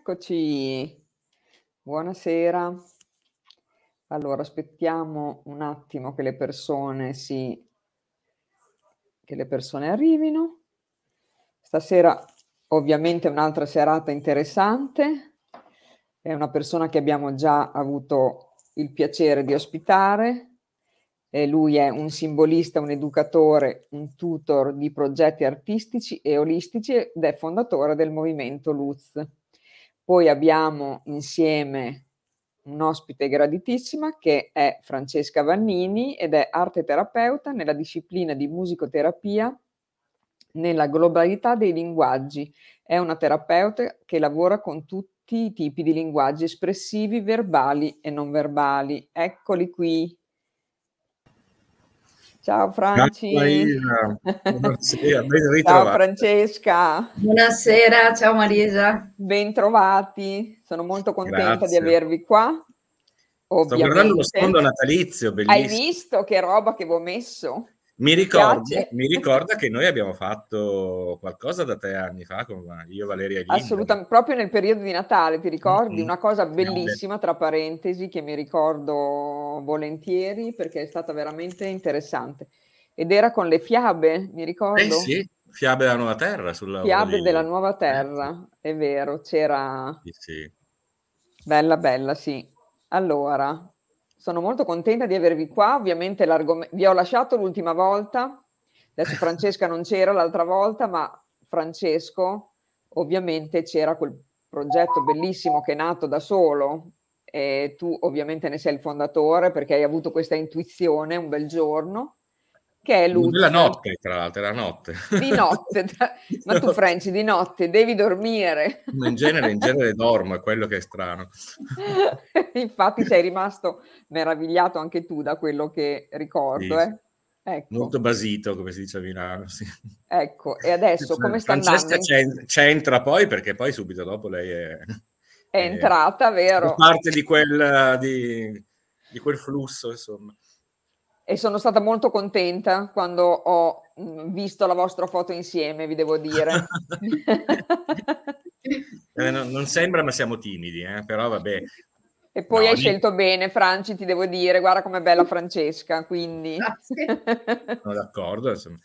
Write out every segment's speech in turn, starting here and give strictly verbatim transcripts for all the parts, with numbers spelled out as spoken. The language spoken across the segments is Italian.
Eccoci, buonasera. Allora, aspettiamo un attimo che le persone si che le persone arrivino. Stasera ovviamente è un'altra serata interessante. È una persona che abbiamo già avuto il piacere di ospitare. E lui è un simbolista, un educatore, un tutor di progetti artistici e olistici ed è fondatore del movimento Luz. Poi abbiamo insieme un ospite graditissima che è Francesca Vannini ed è arte terapeuta nella disciplina di musicoterapia nella globalità dei linguaggi. È una terapeuta che lavora con tutti i tipi di linguaggi espressivi, verbali e non verbali. Eccoli qui. Ciao Ciao Franci. Marisa, buonasera, ben Ciao ritrovata. Francesca. Buonasera, ciao Marisa. Bentrovati, sono molto contenta di Grazie. avervi qua. Sto guardando lo Ovviamente. sfondo natalizio, Hai bellissimo. visto che roba che avevo messo? Mi Ti ricorda, piace? mi ricorda che noi abbiamo fatto qualcosa da tre anni fa con io, Valeria Ghini. Assolutamente, proprio nel periodo di Natale, ti ricordi? Mm-hmm. Una cosa bellissima, tra parentesi, che mi ricordo volentieri perché è stata veramente interessante. Ed era con le fiabe, mi ricordo? Eh sì, Fiabe della Nuova Terra sulla Fiabe di... della Nuova eh, Terra, è vero, c'era... sì, sì. Bella, bella, sì. Allora, sono molto contenta di avervi qua, ovviamente l'argomento... Vi ho lasciato l'ultima volta, adesso Francesca non c'era l'altra volta, ma Francesco ovviamente c'era quel progetto bellissimo che è nato da solo e tu ovviamente ne sei il fondatore perché hai avuto questa intuizione un bel giorno, che è Luz. Della notte, tra l'altro, era notte. Di notte, ma tu Franci di notte devi dormire. In genere, in genere dormo, è quello che è strano. Infatti sei rimasto meravigliato anche tu da quello che ricordo, Sì, eh? Ecco. Molto basito, come si dice a Milano, sì. Ecco, e adesso come sta Francesca andando? c'entra poi perché poi subito dopo lei è, È entrata, vero? parte di quel, di, di quel flusso, insomma. E sono stata molto contenta quando ho mh, visto la vostra foto insieme, vi devo dire. eh, non, non sembra, ma siamo timidi, eh? Però vabbè. E poi No, hai lì... scelto bene, Franci, ti devo dire, guarda com'è bella Francesca, quindi... Sono d'accordo, insomma.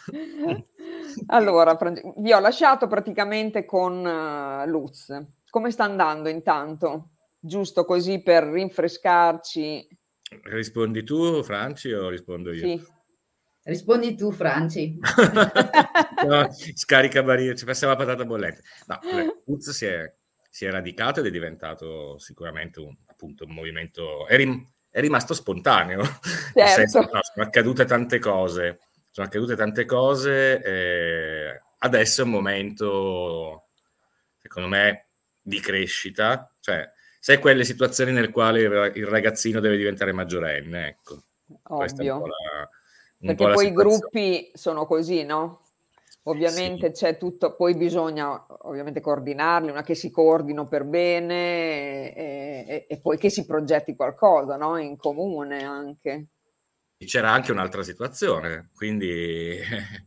Allora, vi ho lasciato praticamente con uh, Luz. Come sta andando intanto? Giusto così per rinfrescarci. Rispondi tu, Franci, o rispondo io? Sì. Rispondi tu, Franci. No, scarica barriere, ci passiamo la patata bollente. No, Luz si è, si è radicato ed è diventato sicuramente un, appunto, un movimento... È, rim, è rimasto spontaneo. Certo. Nel senso, no, sono accadute tante cose. Sono accadute tante cose. E adesso è un momento, secondo me, di crescita. Cioè, sai quelle situazioni nel quale il ragazzino deve diventare maggiorenne, ecco. Questa è un po' la, un perché po' la poi i situazione. gruppi sono così, no? Ovviamente sì. C'è tutto, poi bisogna ovviamente coordinarli, una che si coordino per bene e, e, e poi che si progetti qualcosa, no? In comune anche. C'era anche un'altra situazione, quindi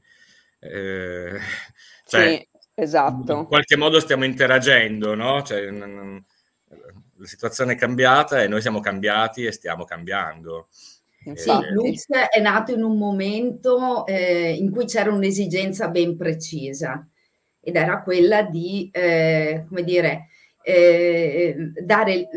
eh, cioè, sì, esatto. In qualche modo stiamo interagendo, no? Cioè, n- la situazione è cambiata e noi siamo cambiati e stiamo cambiando. Sì, eh, Luz è nato in un momento eh, in cui c'era un'esigenza ben precisa ed era quella di, eh, come dire, eh, dare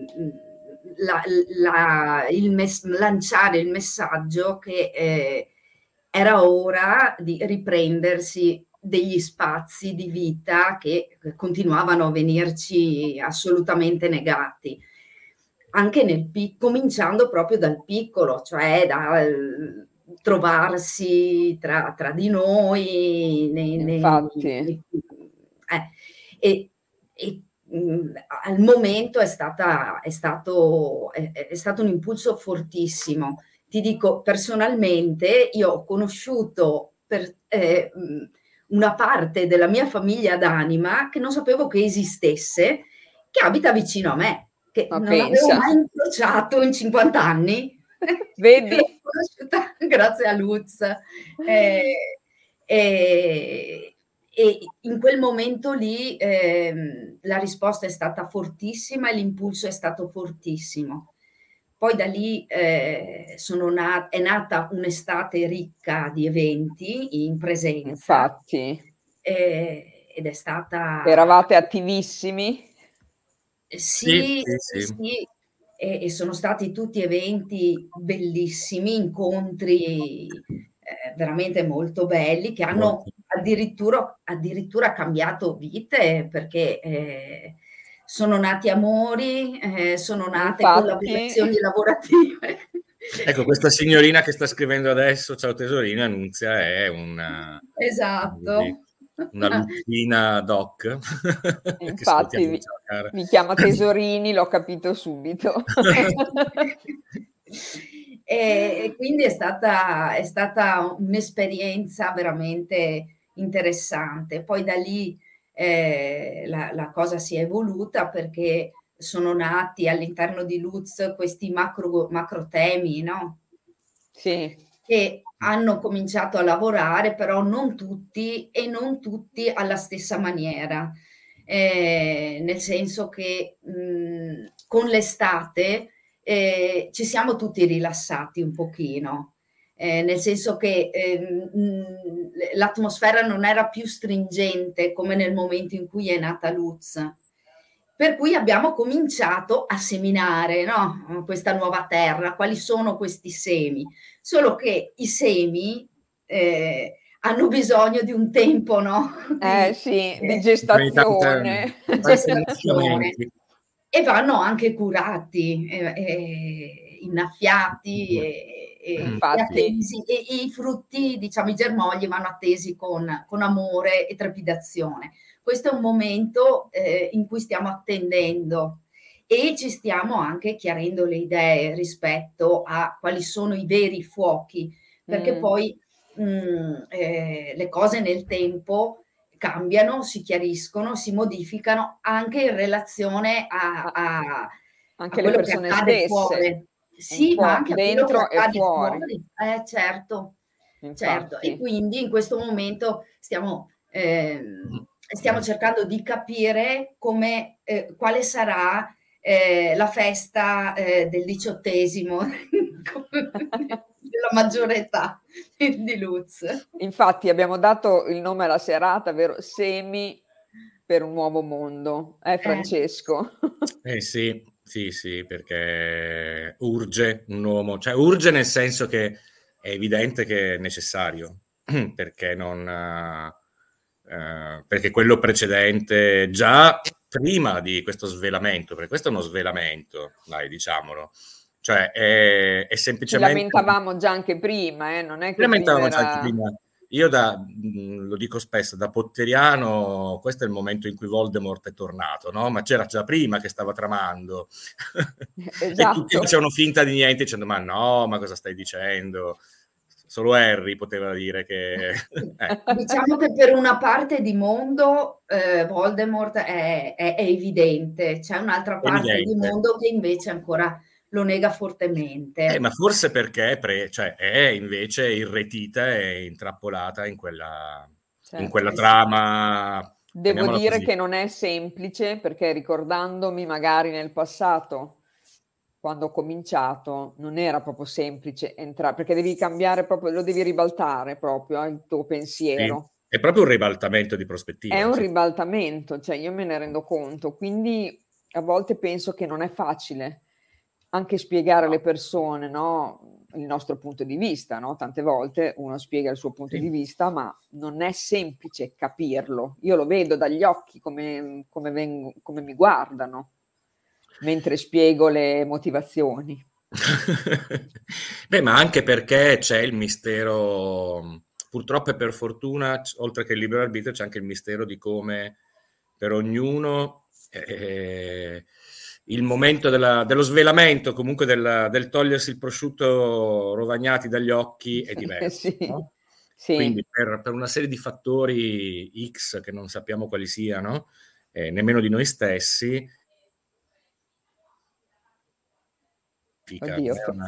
la, la, il mes- lanciare il messaggio che eh, era ora di riprendersi degli spazi di vita che continuavano a venirci assolutamente negati. Anche nel piccolo, cominciando proprio dal piccolo, cioè dal trovarsi tra, tra di noi, nei, Infatti. nei, eh, e, e mh, al momento è, stata, è, stato, è, è stato un impulso fortissimo. Ti dico, personalmente, io ho conosciuto per, eh, una parte della mia famiglia d'anima che non sapevo che esistesse, che abita vicino a me. Che Ma non pensa. avevo mai incrociato in cinquanta anni. Vedi? L'ho conosciuta grazie a Luz. Eh, eh, e in quel momento lì ehm, la risposta è stata fortissima e l'impulso è stato fortissimo. Poi da lì eh, sono na- è nata un'estate ricca di eventi in presenza. Infatti. eh, ed è stata... Eravate attivissimi? Sì, Sì, sì, sì, sì. sì, e, e sono stati tutti eventi bellissimi, incontri eh, veramente molto belli che hanno Molto. addirittura, addirittura cambiato vite perché eh, sono nati amori, eh, sono nate Infatti. collaborazioni lavorative. Ecco, questa signorina che sta scrivendo adesso, ciao tesorino, Annunzia, è una, Esatto. una luzzina doc, che Infatti salutiamo, mi, ciao cara. mi chiama Tesorini, l'ho capito subito. E, e quindi è stata, è stata un'esperienza veramente interessante. Poi da lì eh, la, la cosa si è evoluta perché sono nati all'interno di Lutz questi macro, macro temi, no? Sì. Che hanno cominciato a lavorare, però non tutti e non tutti alla stessa maniera. Eh, nel senso che mh, con l'estate eh, ci siamo tutti rilassati un pochino, eh, nel senso che eh, mh, l'atmosfera non era più stringente come nel momento in cui è nata Lutz. Per cui abbiamo cominciato a seminare, no? Questa nuova terra, quali sono questi semi? Solo che i semi eh, hanno bisogno di un tempo, no? Eh Di, sì, di eh, Di tante, gestazione. di tanti gestazione innaffiamenti. e vanno anche curati, eh, eh, innaffiati e, e, e Infatti, attesi, e, e i frutti, diciamo i germogli, vanno attesi con, con amore e trepidazione. Questo è un momento eh, in cui stiamo attendendo e ci stiamo anche chiarendo le idee rispetto a quali sono i veri fuochi, perché mm, poi mh, eh, le cose nel tempo cambiano, si chiariscono, si modificano anche in relazione a, a- a, a anche le quello che persone accade stesse, fuori. un Sì, ma po' anche a quello che dentro e accade fuori, fuori. Eh, certo, certo. E infatti. quindi in questo momento stiamo, ehm, stiamo cercando di capire come, eh, quale sarà eh, la festa eh, del diciottesimo della maggiore età di Lutz. Infatti abbiamo dato il nome alla serata, vero? Semi per un nuovo mondo. Eh, Eh. Francesco? Eh sì, sì, sì, perché urge un uomo, cioè urge nel senso che è evidente che è necessario, perché non, eh, perché quello precedente, già prima di questo svelamento, perché questo è uno svelamento, dai, diciamolo, cioè è, è Ci semplicemente... lamentavamo già anche prima, eh? Non è che prima Lamentavamo già anche era... prima. Io da, mh, lo dico spesso, da potteriano, questo è il momento in cui Voldemort è tornato, no? Ma c'era già prima che stava tramando. E tutti Esatto. facevano finta di niente dicendo, ma no, ma cosa stai dicendo? Solo Harry poteva dire che... eh. Diciamo che per una parte di mondo eh, Voldemort è, è- è evidente, c'è un'altra parte di Evidente. mondo che invece ancora lo nega Eh, fortemente. ma forse perché è, pre- cioè, è invece irretita e intrappolata in quella, in quella Certo. Eh sì. trama, Devo chiamiamola dire così. che non è semplice perché ricordandomi magari nel passato, quando ho cominciato, non era proprio semplice entrare, perché devi cambiare proprio, lo devi ribaltare proprio eh, il tuo Sì. pensiero. È proprio un ribaltamento di È prospettiva. un Sì. ribaltamento, cioè io me ne rendo conto, quindi a volte penso che non è facile anche spiegare alle persone, no, il nostro punto di vista, no? Tante volte uno spiega il suo punto di Sì. vista, ma non è semplice capirlo. Io lo vedo dagli occhi come, come, vengo, come mi guardano mentre spiego le motivazioni. Beh, ma anche perché c'è il mistero, purtroppo e per fortuna, c- oltre che il libero arbitrio, c'è anche il mistero di come per ognuno eh, il momento della- dello svelamento, comunque del, del togliersi il prosciutto rovagnati dagli occhi è diverso, Sì, no? sì, Quindi per, per una serie di fattori X che non sappiamo quali siano, eh, nemmeno di noi stessi, oddio, è una,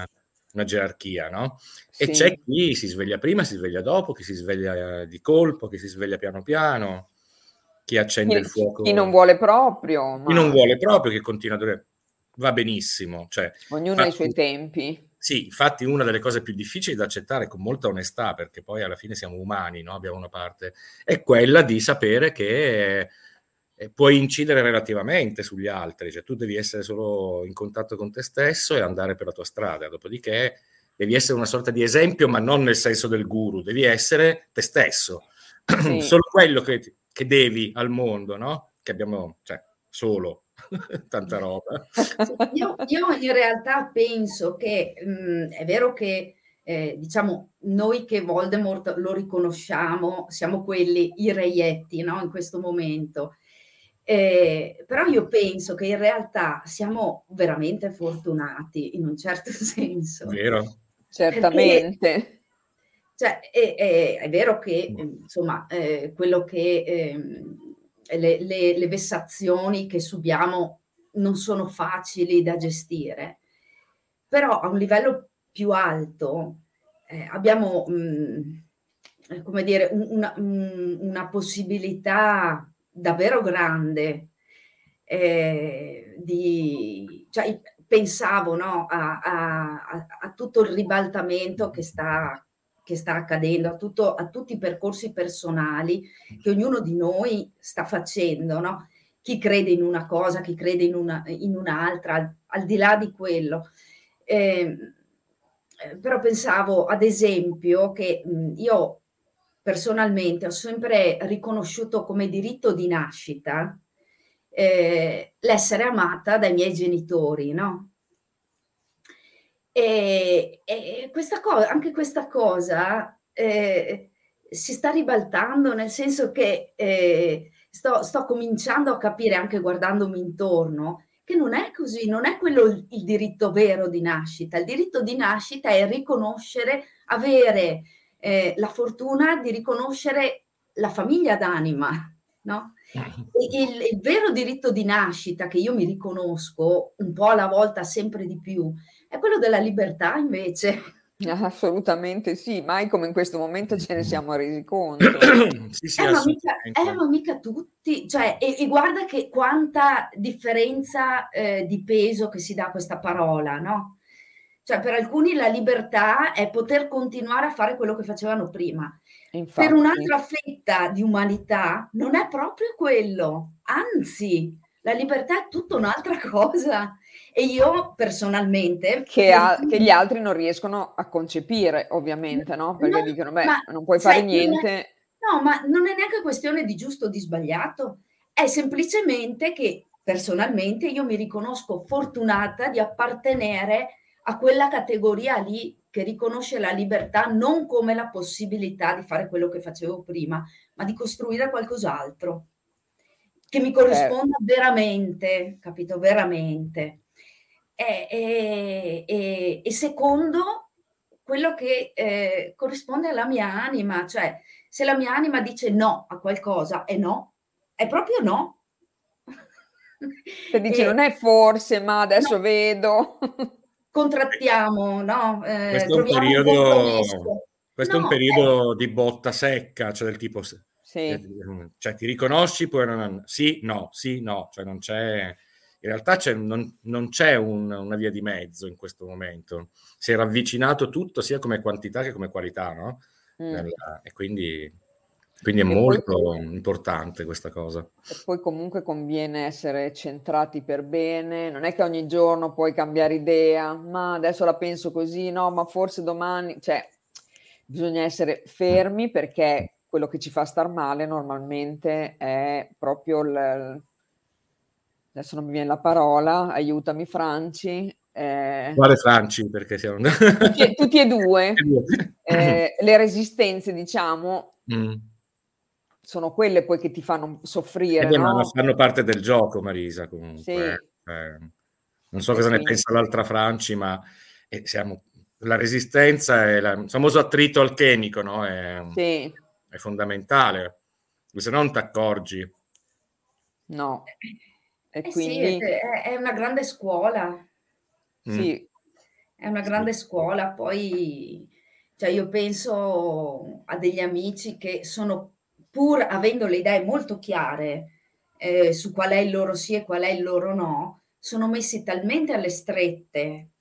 una gerarchia, no? Sì. E c'è chi si sveglia prima, si sveglia dopo, chi si sveglia di colpo, chi si sveglia piano piano, chi accende Chi, il fuoco. chi non vuole proprio, Chi ma non vuole proprio, che continua a dormire. Va benissimo. Cioè, ognuno ha i suoi infatti, tempi. sì, infatti una delle cose più difficili da accettare con molta onestà, perché poi alla fine siamo umani, no? Abbiamo una parte, è quella di sapere che eh, puoi incidere relativamente sugli altri, cioè tu devi essere solo in contatto con te stesso e andare per la tua strada, dopodiché devi essere una sorta di esempio, ma non nel senso del guru, devi essere te stesso, Sì. solo quello che, che devi al mondo, no? Che abbiamo, cioè, solo tanta roba. Io, io in realtà penso che mh, è vero che eh, diciamo noi che Voldemort lo riconosciamo, siamo quelli, i reietti, no? In questo momento. Eh, però io penso che in realtà siamo veramente fortunati in un certo senso. Vero? Certamente. Perché, cioè, è, è, è vero che insomma eh, quello che ehm, le, le, le vessazioni che subiamo non sono facili da gestire, però a un livello più alto eh, abbiamo mh, come dire una, una possibilità davvero grande eh, di, cioè, pensavo no, a, a, a tutto il ribaltamento che sta, che sta accadendo, a, tutto, a tutti i percorsi personali che ognuno di noi sta facendo, no? Chi crede in una cosa, chi crede in, una, in un'altra, al, al di là di quello. Eh, però pensavo, ad esempio, che mh, io personalmente ho sempre riconosciuto come diritto di nascita eh, l'essere amata dai miei genitori, no? E, e questa cosa, anche questa cosa eh, si sta ribaltando, nel senso che eh, sto, sto cominciando a capire, anche guardandomi intorno, che non è così, non è quello il, il diritto vero di nascita. Il diritto di nascita è riconoscere, avere eh, la fortuna di riconoscere la famiglia d'anima, no? Il, il vero diritto di nascita che io mi riconosco un po' alla volta, sempre di più, è quello della libertà invece. Assolutamente sì, mai come in questo momento ce ne siamo resi conto. Sì, sì, Eh, ma mica, eh, assolutamente. ma mica tutti, cioè, e, e guarda che quanta differenza eh, di peso che si dà a questa parola, no? Cioè, per alcuni la libertà è poter continuare a fare quello che facevano prima. Per Infatti. un'altra fetta di umanità non è proprio quello, anzi, la libertà è tutta un'altra cosa. E io personalmente, Che, per a, che gli cui, altri non riescono a concepire, ovviamente, no? Perché non, dicono, ma beh, non puoi fare sai, non è, niente. no, ma non è neanche questione di giusto o di sbagliato, è semplicemente che personalmente io mi riconosco fortunata di appartenere a quella categoria lì che riconosce la libertà non come la possibilità di fare quello che facevo prima, ma di costruire qualcos'altro che mi Certo. corrisponda veramente, capito? Veramente. E, e, e, e secondo quello che eh, corrisponde alla mia anima, cioè se la mia anima dice no a qualcosa, è no, è proprio no. Se dici E, non è forse, ma adesso no, vedo. contrattiamo, no? Eh, Questo è un troviamo un periodo, compromesso. questo è un No, è, periodo di botta secca, cioè del tipo, Sì, cioè ti riconosci, poi non, sì, no, sì, no, cioè non c'è, in realtà c'è, non, non c'è un, una via di mezzo in questo momento. Si è ravvicinato tutto sia come quantità che come qualità, no? mm. Nella, e quindi, quindi è E poi, molto importante questa cosa. e poi comunque conviene essere centrati per bene, non è che ogni giorno puoi cambiare idea, ma adesso la penso così, no, ma forse domani, cioè bisogna essere fermi perché quello che ci fa star male normalmente è proprio il, adesso non mi viene la parola, aiutami Franci, eh, Quale Franci? Perché siamo... tutti, e, tutti e due, eh, le resistenze, diciamo, Mm. sono quelle poi che ti fanno Eh soffrire, beh, ma no? fanno parte del gioco, Marisa, comunque. Sì, Eh, non so e cosa ne quindi pensa l'altra Franci, ma eh, siamo, la resistenza è la- il famoso attrito alchemico, no? È, sì, è fondamentale, se no non ti accorgi. no, e eh sì, è, quindi è una grande scuola. Mm. sì, È una grande scuola, poi cioè io penso a degli amici che sono, pur avendo le idee molto chiare, ehm, su qual è il loro sì e qual è il loro no, sono messi talmente alle strette,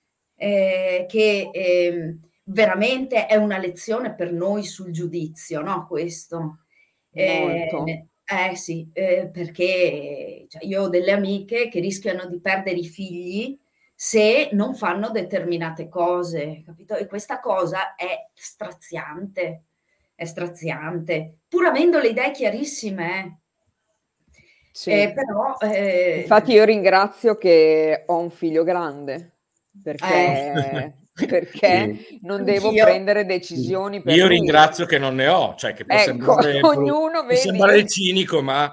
ehm, che, ehm, veramente è una lezione per noi sul giudizio, no, questo. Molto. Ehm, eh sì, ehm, perché cioè io ho delle amiche che rischiano di perdere i figli se non fanno determinate cose, capito? E questa cosa è straziante, è straziante, pur avendo le idee chiarissime, eh. Sì. Eh, però, ehm Infatti io ringrazio che ho un figlio grande, Eh. perché perché non devo Anch'io. prendere decisioni per Io lui. ringrazio che non ne ho, cioè che può Ecco, sembrare ognuno può vedi sembrare cinico, ma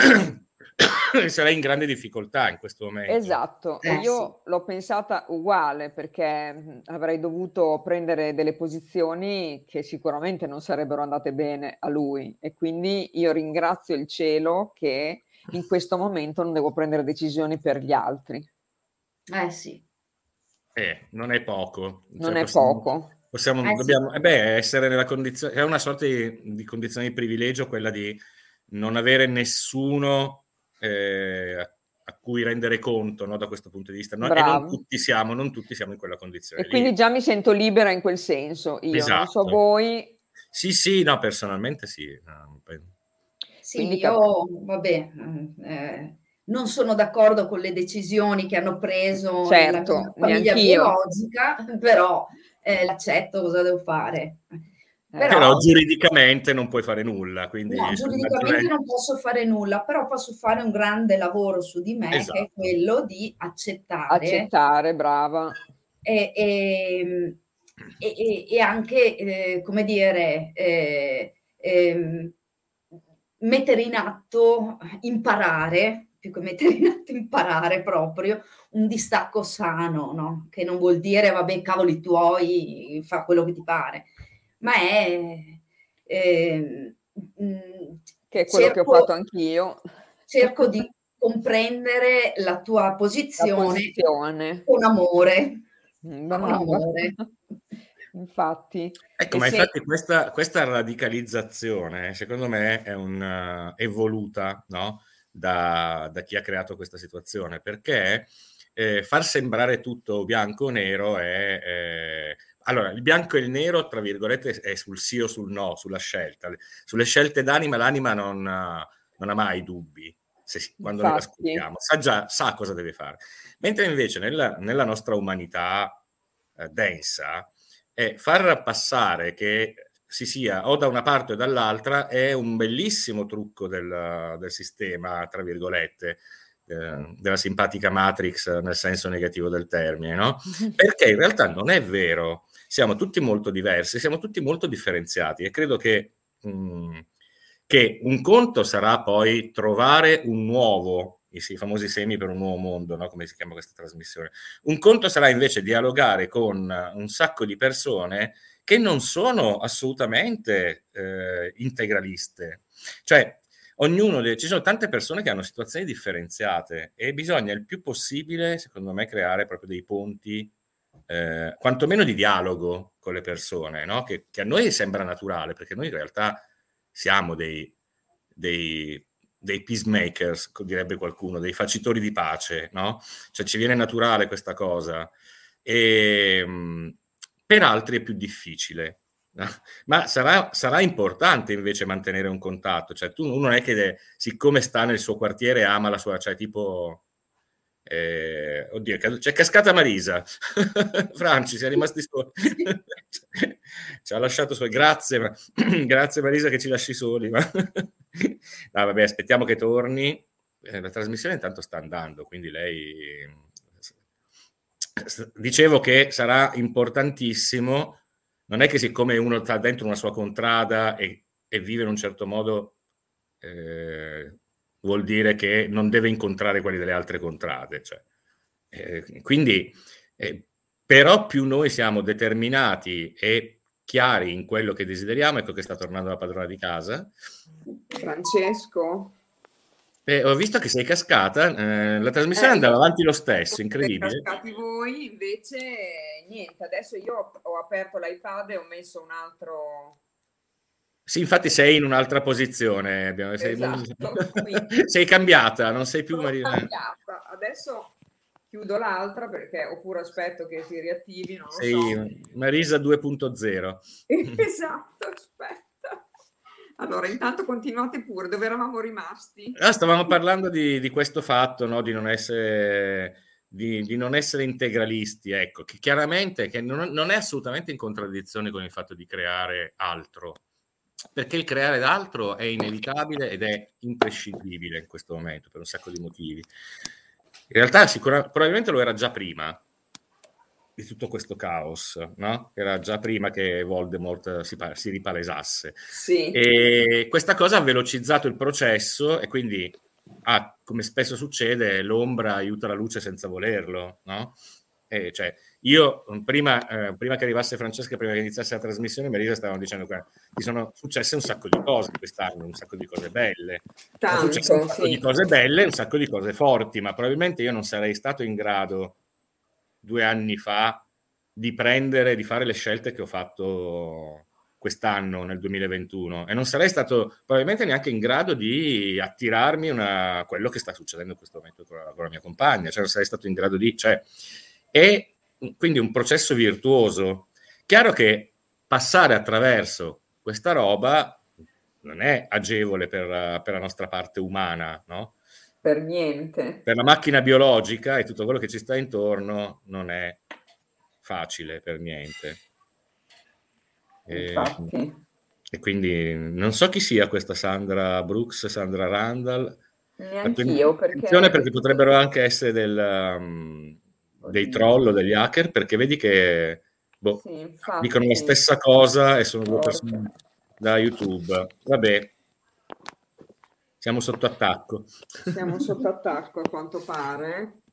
sarei in grande difficoltà in questo momento. Esatto, e Eh, sì. io l'ho pensata uguale perché, mhmm, avrei dovuto prendere delle posizioni che sicuramente non sarebbero andate bene a lui e quindi io ringrazio il cielo che in questo momento non devo prendere decisioni per gli altri. Eh, sì. Eh, non è poco. Non Cioè è possiamo poco. possiamo Eh, sì. dobbiamo eh beh, essere nella condizione è una sorta di di condizione di privilegio quella di non avere nessuno, ehm, a a cui rendere conto, no, da questo punto di vista. No, e non Bravo. tutti siamo non tutti siamo in quella condizione E lì. quindi già mi sento libera in quel senso io, non so Esatto. voi. Sì, sì, no, personalmente sì. No, pe Quindi Sì, cap io vabbè, mhmm, ehm, non sono d'accordo con le decisioni che hanno preso nella mia Certo, famiglia neanch'io. biologica, però, ehm, l'accetto, cosa devo fare? Eh. Però Però giuridicamente non puoi fare nulla, No, quindi giuridicamente non posso fare nulla, però posso fare un grande lavoro su di me, che è Esatto. quello di accettare Accettare, brava. e ehm, e e e anche, ehm, come dire, ehm, ehm, mettere in atto, imparare, più che mettere in atto, imparare proprio un distacco sano, no, che non vuol dire: "Vabbè, cavoli tuoi, fa quello che ti pare", ma è, ehm, mhmm, Che è quello che ho fatto cerco anch'io. cerco di comprendere la tua La posizione posizione. con amore, Mh, con brava. amore. Infatti. Ecco, E ma se infatti questa questa radicalizzazione secondo me è un è voluta, no, da da chi ha creato questa situazione, perché, ehm, far sembrare tutto bianco o nero è ehm, allora il bianco e il nero tra virgolette è sul sì o sul no, sulla scelta. Le sulle scelte d'anima l'anima non non ha mai dubbi, se si quando noi Infatti. l'ascoltiamo, sa già sa cosa deve fare. Mentre invece nella nella nostra umanità, ehm, densa, eh, far passare che si sia o da una parte o dall'altra è un bellissimo trucco del del sistema, tra virgolette, ehm, della simpatica Matrix nel senso negativo del termine, no, perché in realtà non è vero. Siamo tutti molto diversi, siamo tutti molto differenziati e credo che mhmm, che un conto sarà poi trovare un nuovo i si i famosi semi per un nuovo mondo, no, come si chiama questa trasmissione. Un conto sarà invece dialogare con un sacco di persone che non sono assolutamente, ehm, integraliste. Cioè, ognuno de ci sono tante persone che hanno situazioni differenziate e bisogna il più possibile, secondo me, creare proprio dei ponti, ehm, quantomeno di dialogo con le persone, no, che che a noi sembra naturale, perché noi in realtà siamo dei dei dei peacemakers, co direbbe qualcuno, dei facitori di pace, no, cioè ci viene naturale questa cosa. Ehm, per altri è più difficile. Ma sarà sarà importante invece mantenere un contatto, cioè tu uno non è che de siccome sta nel suo quartiere ama la sua cioè tipo ehm, oddio è cadu c'è cascata Marisa. Franci, siam rimasti soli. Sì. Ci ha lasciato soli. Grazie Ma grazie Marisa che ci lasci soli, ma no vabbè aspettiamo che torni. Ehm, la trasmissione intanto sta andando, quindi lei s s dicevo che sarà importantissimo non è che siccome uno sta dentro una sua contrada e e vive in un certo modo, ehm, vuol dire che non deve incontrare quelli delle altre contrade, cioè. Ehm, quindi ehm, però più noi siamo determinati e chiari in quello che desideriamo ecco che sta tornando la padrona di casa. Francesco? Eh, ho visto che sei cascata, eh, la trasmissione Eh, andava io- avanti lo stesso, siete incredibile. cascati voi, invece niente, adesso io ho, ho aperto l'iPad e ho messo un altro... Sì, infatti sei in un'altra posizione, abbiamo- sei, Esatto, quindi sei cambiata, non sei più sono Marina. cambiata. Adesso chiudo l'altra perché oppure aspetto che si riattivi, non lo Sei so. Marisa due punto zero. Esatto, aspetta. Allora, intanto continuate pure, dove eravamo rimasti? Ah, stavamo parlando di, di questo fatto, no? Di non essere, di, di non essere integralisti, ecco, che chiaramente che non, non è assolutamente in contraddizione con il fatto di creare altro, perché il creare d'altro è inevitabile ed è imprescindibile in questo momento per un sacco di motivi. In realtà sicura, probabilmente lo era già prima di tutto questo caos, no? Era già prima che Voldemort si, pa- si ripalesasse. Sì. E questa cosa ha velocizzato il processo e quindi, ah, come spesso succede, l'ombra aiuta la luce senza volerlo, no? E cioè, io prima, eh, prima che arrivasse Francesca, prima che iniziasse la trasmissione, Marisa stavano dicendo che ti sono successe un sacco di cose quest'anno, un sacco di cose belle. Sono successe un Tanto, sacco di sì. cose belle, un sacco di cose forti, ma probabilmente io non sarei stato in grado due anni fa di prendere, di fare le scelte che ho fatto quest'anno, nel duemilaventuno, e non sarei stato probabilmente neanche in grado di attirarmi una, quello che sta succedendo in questo momento con la, con la mia compagna, cioè non sarei stato in grado di... Cioè, è quindi un processo virtuoso. Chiaro che passare attraverso questa roba non è agevole per, per la nostra parte umana, no? Per niente. Per la macchina biologica e tutto quello che ci sta intorno non è facile per niente. E, Infatti. e quindi non so chi sia questa Sandra Brooks, Sandra Randall. Neanch'io, Attenzione perché... perché potrebbero anche essere del, um, dei troll o degli hacker, perché vedi che boh, Sì, dicono la infatti. stessa cosa e sono due Porca. persone da YouTube. Vabbè, siamo sotto attacco. Siamo sotto attacco a quanto pare.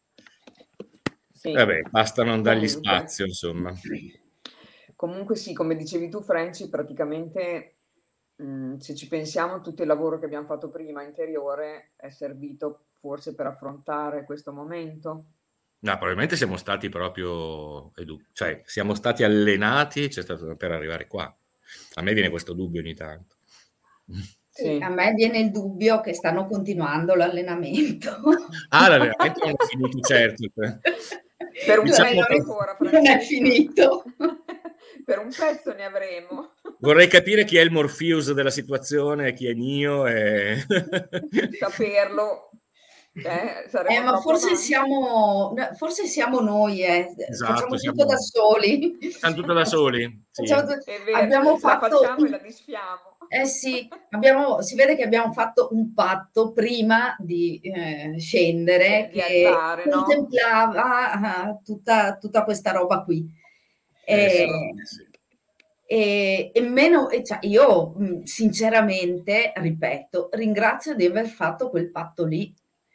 Sì. Vabbè, basta non dargli Comunque. spazio, insomma. Comunque sì, come dicevi tu, Franci, praticamente mh, se ci pensiamo, tutto il lavoro che abbiamo fatto prima interiore è servito forse per affrontare questo momento. No, probabilmente siamo stati proprio edu- cioè siamo stati allenati, c'è stato per arrivare qua. A me viene questo dubbio ogni tanto. Sì, Sì. a me viene il dubbio che stanno continuando l'allenamento. Ah, l'allenamento non è finito, certo. Per un Diciamo pezzo che ancora, Non è Francesca. finito. Per un pezzo ne avremo. vorrei capire chi è il Morpheus della situazione, chi è Neo e... Saperlo, eh, saremo Eh, ma troppo forse avanti. siamo, no, forse siamo noi, eh. Esatto, Facciamo tutto da siamo, soli. facciamo tutto da soli. Facciamo Sì. tu- È vero, abbiamo la fatto facciamo e un- la disfiamo. eh sì, abbiamo, si vede che abbiamo fatto un patto prima di eh, scendere Di che arrivare, no? contemplava ah, tutta, tutta questa roba qui. Eh, sì, E, sì. e, e meno, e cioè, io mh, sinceramente, ripeto, ringrazio di aver fatto quel patto lì,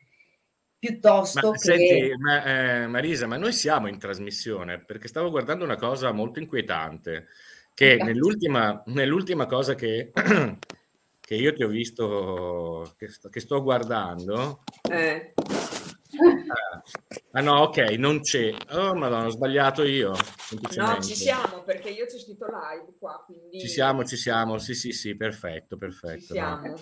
Ma piuttosto senti, che... ma, eh, Marisa, ma noi siamo in trasmissione perché stavo guardando una cosa molto inquietante, Oh, che cazzo. nell'ultima, nell'ultima cosa che, che io ti ho visto, che sto, che sto guardando, Eh. ah, ah, no, ok, non c'è. Oh, madonna, ho sbagliato io, No, ci semplicemente. siamo perché io c'è scritto live qua, quindi Ci siamo, ci siamo, sì, sì, sì, perfetto, ci perfetto, no, siamo.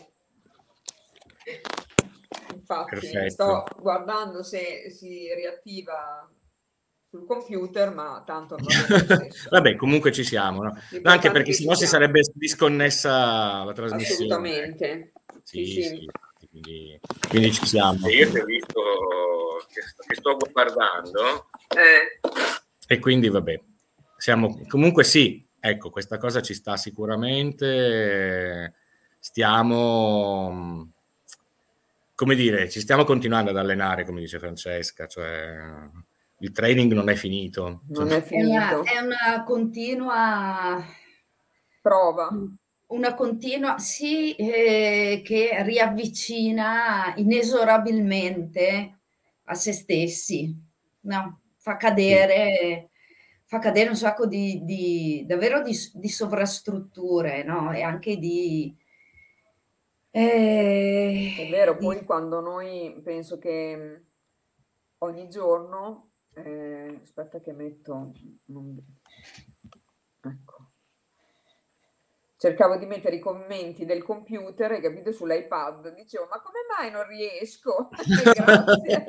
Infatti sto perfetto. guardando se si riattiva sul computer, ma tanto non va bene lo stesso. Vabbè, comunque ci siamo, no? No, anche L'importante è perché che ci sennò si siamo. sarebbe disconnessa la trasmissione. Assolutamente. Sì, Sì, sì. sì, quindi, quindi ci siamo. E io ti ho visto che sto, che sto guardando Eh. e quindi vabbè, siamo comunque sì, ecco, questa cosa ci sta sicuramente, stiamo, come dire, ci stiamo continuando ad allenare, come dice Francesca, cioè il training non è finito. Non è È una, finito. è una continua, Prova. una continua, sì, eh, che riavvicina inesorabilmente a se stessi, no? Fa Sì. cadere, fa cadere un sacco di, di davvero di, di sovrastrutture, no? E anche di, Eh, È vero, di- poi quando noi penso che mh, ogni giorno, eh, aspetta che metto, non- ecco, cercavo di mettere i commenti del computer, hai capito, sull'iPad, dicevo, ma come mai non riesco? Grazie.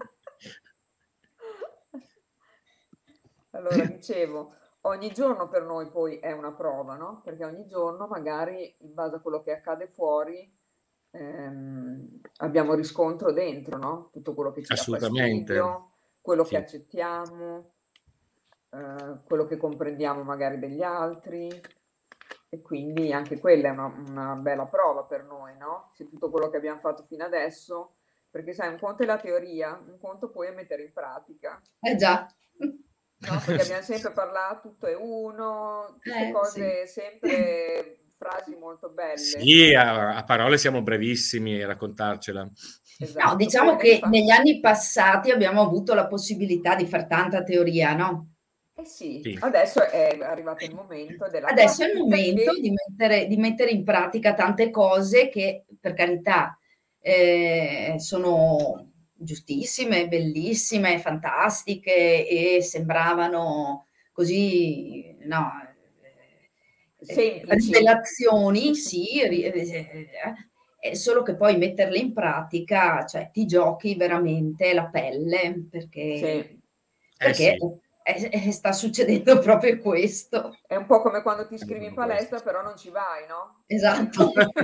Allora, dicevo, ogni giorno per noi poi è una prova, no? Perché ogni giorno magari in base a quello che accade fuori ehm, abbiamo riscontro dentro, no? Tutto quello che ci dà Assolutamente. fastidio, quello che Sì. accettiamo, eh, quello che comprendiamo magari degli altri. E quindi anche quella è una, una bella prova per noi, no? Se tutto quello che abbiamo fatto fino adesso, perché sai, un conto è la teoria, un conto poi è mettere in pratica. eh già. No, perché abbiamo sempre parlato, tutto è uno, tutte Eh, sì. cose, sempre frasi molto belle. Sì, a, a parole siamo brevissimi a raccontarcela. No, Esatto, poi diciamo nei che fatti. negli anni passati abbiamo avuto la possibilità di far tanta teoria, no? Eh sì, Sì, adesso è arrivato il momento della Adesso è il pratica momento che di mettere, di mettere in pratica tante cose che, per carità, eh, sono giustissime, bellissime, fantastiche e sembravano così, no, eh, semplici. rivelazioni, sì, ri- eh, eh, solo che poi metterle in pratica, cioè ti giochi veramente la pelle perché, Sì, eh perché sì, eh, eh, sta succedendo proprio questo. è un po' come quando ti è iscrivi in proprio questo. palestra, però non ci vai, no? Esatto. Quindi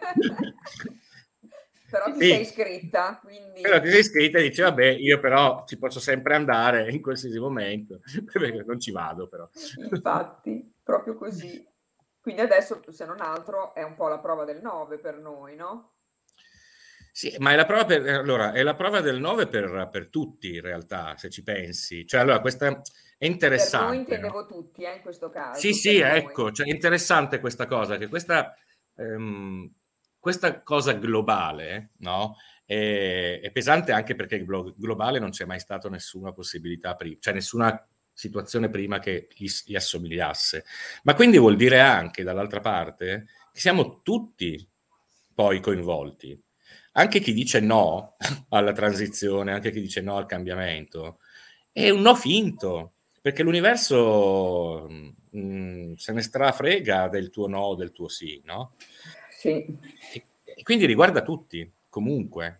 però ti sei Sì, iscritta, però quindi ti sei iscritta e dici, vabbè, io però ci posso sempre andare in qualsiasi momento, perché non ci vado però. infatti, proprio così. Quindi adesso, se non altro, è un po' la prova del nove per noi, no? Sì, ma è la prova per, allora, è la prova del nove per, per tutti in realtà, se ci pensi. Cioè, allora, questa è Per noi interessante, no? intendevo tutti, eh, in questo Sì, caso, sì, per noi. ecco, cioè, è interessante questa cosa, che questa, ehm, questa cosa globale, no? È, è pesante anche perché glo- globale non c'è mai stata nessuna possibilità prima, cioè nessuna situazione prima che gli, gli assomigliasse. Ma quindi vuol dire anche, dall'altra parte, che siamo tutti poi coinvolti. Anche chi dice no alla transizione, anche chi dice no al cambiamento, è un no finto, perché l'universo mh, se ne strafrega del tuo no o del tuo sì, no? Sì. E, e quindi riguarda tutti, comunque,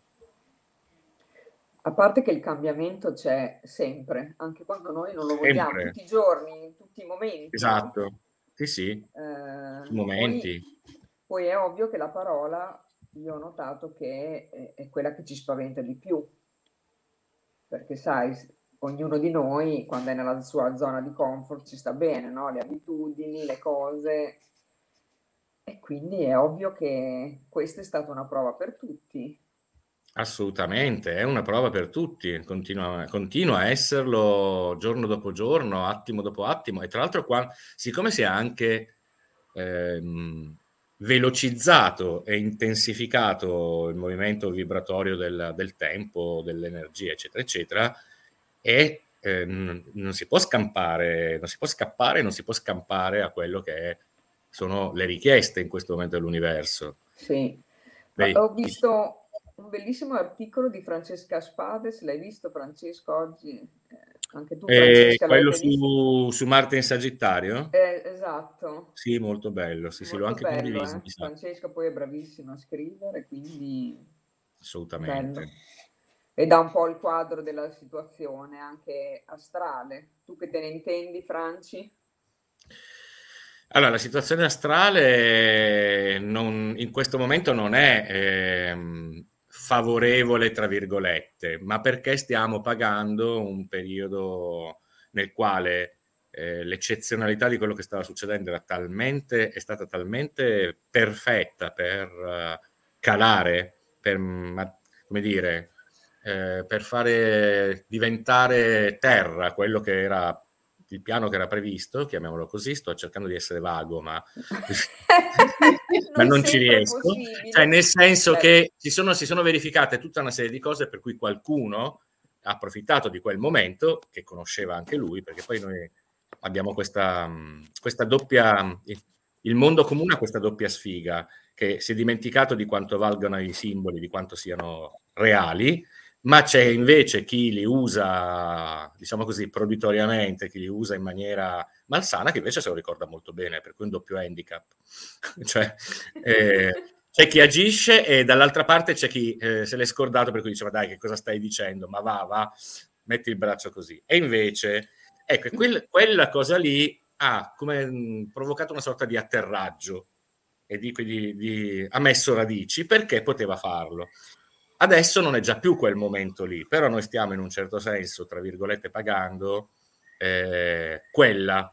A parte che il cambiamento c'è sempre, anche quando noi non lo vogliamo, sempre, tutti i giorni, in tutti i momenti, no? esatto, sì sì, Eh, i poi, momenti, poi è ovvio che la parola, io ho notato che è, è quella che ci spaventa di più, perché sai, s- ognuno di noi quando è nella sua zona di comfort ci sta bene, no? Le abitudini, le cose, e quindi è ovvio che questa è stata una prova per tutti. assolutamente, è una prova per tutti, continua, continua a esserlo giorno dopo giorno, attimo dopo attimo, e tra l'altro qua, siccome si è anche ehm, velocizzato e intensificato il movimento vibratorio del, del tempo, dell'energia, eccetera, eccetera, e eh, non, non si può scampare, non si può scappare, non si può scampare a quello che è- sono le richieste in questo momento dell'universo. Sì, ma Beh, ho visto un bellissimo articolo di Francesca Spades, l'hai visto Francesco oggi? Eh, anche tu eh, Francesca quello l'avete visto? su, su Marte in Sagittario? Eh, esatto, Sì, molto bello, sì, sì, l'ho molto anche bello, condiviso, eh? mi sa, Francesca poi è bravissima a scrivere, quindi bello. assolutamente. E dà un po' il quadro della situazione anche astrale. Tu che te ne intendi, Franci? Allora, la situazione astrale non- in questo momento non è ehm, favorevole, tra virgolette, ma perché stiamo pagando un periodo nel quale eh, l'eccezionalità di quello che stava succedendo era talmente, è stata talmente perfetta per eh, calare, per, ma- come dire, eh, per fare diventare terra quello che era il piano che era previsto, chiamiamolo così, sto cercando di essere vago, ma, ma Non non ci sempre è riesco, cioè possibile. nel senso Beh, che ci sono, si sono verificate tutta una serie di cose per cui qualcuno ha approfittato di quel momento, che conosceva anche lui, perché poi noi abbiamo questa, questa doppia il mondo comune ha questa doppia sfiga, che si è dimenticato di quanto valgano i simboli, di quanto siano reali, ma c'è invece chi li usa, diciamo così, proditoriamente, chi li usa in maniera malsana, che invece se lo ricorda molto bene, per cui un doppio handicap. Cioè, eh, c'è chi agisce e dall'altra parte c'è chi eh, se l'è scordato, per cui diceva dai, che cosa stai dicendo? Ma va, va, metti il braccio così. E invece, ecco, quel, quella cosa lì ha come mh, provocato una sorta di atterraggio e di, di, di, ha messo radici perché poteva farlo. Adesso non è già più quel momento lì, però noi stiamo in un certo senso, tra virgolette, pagando eh, quella,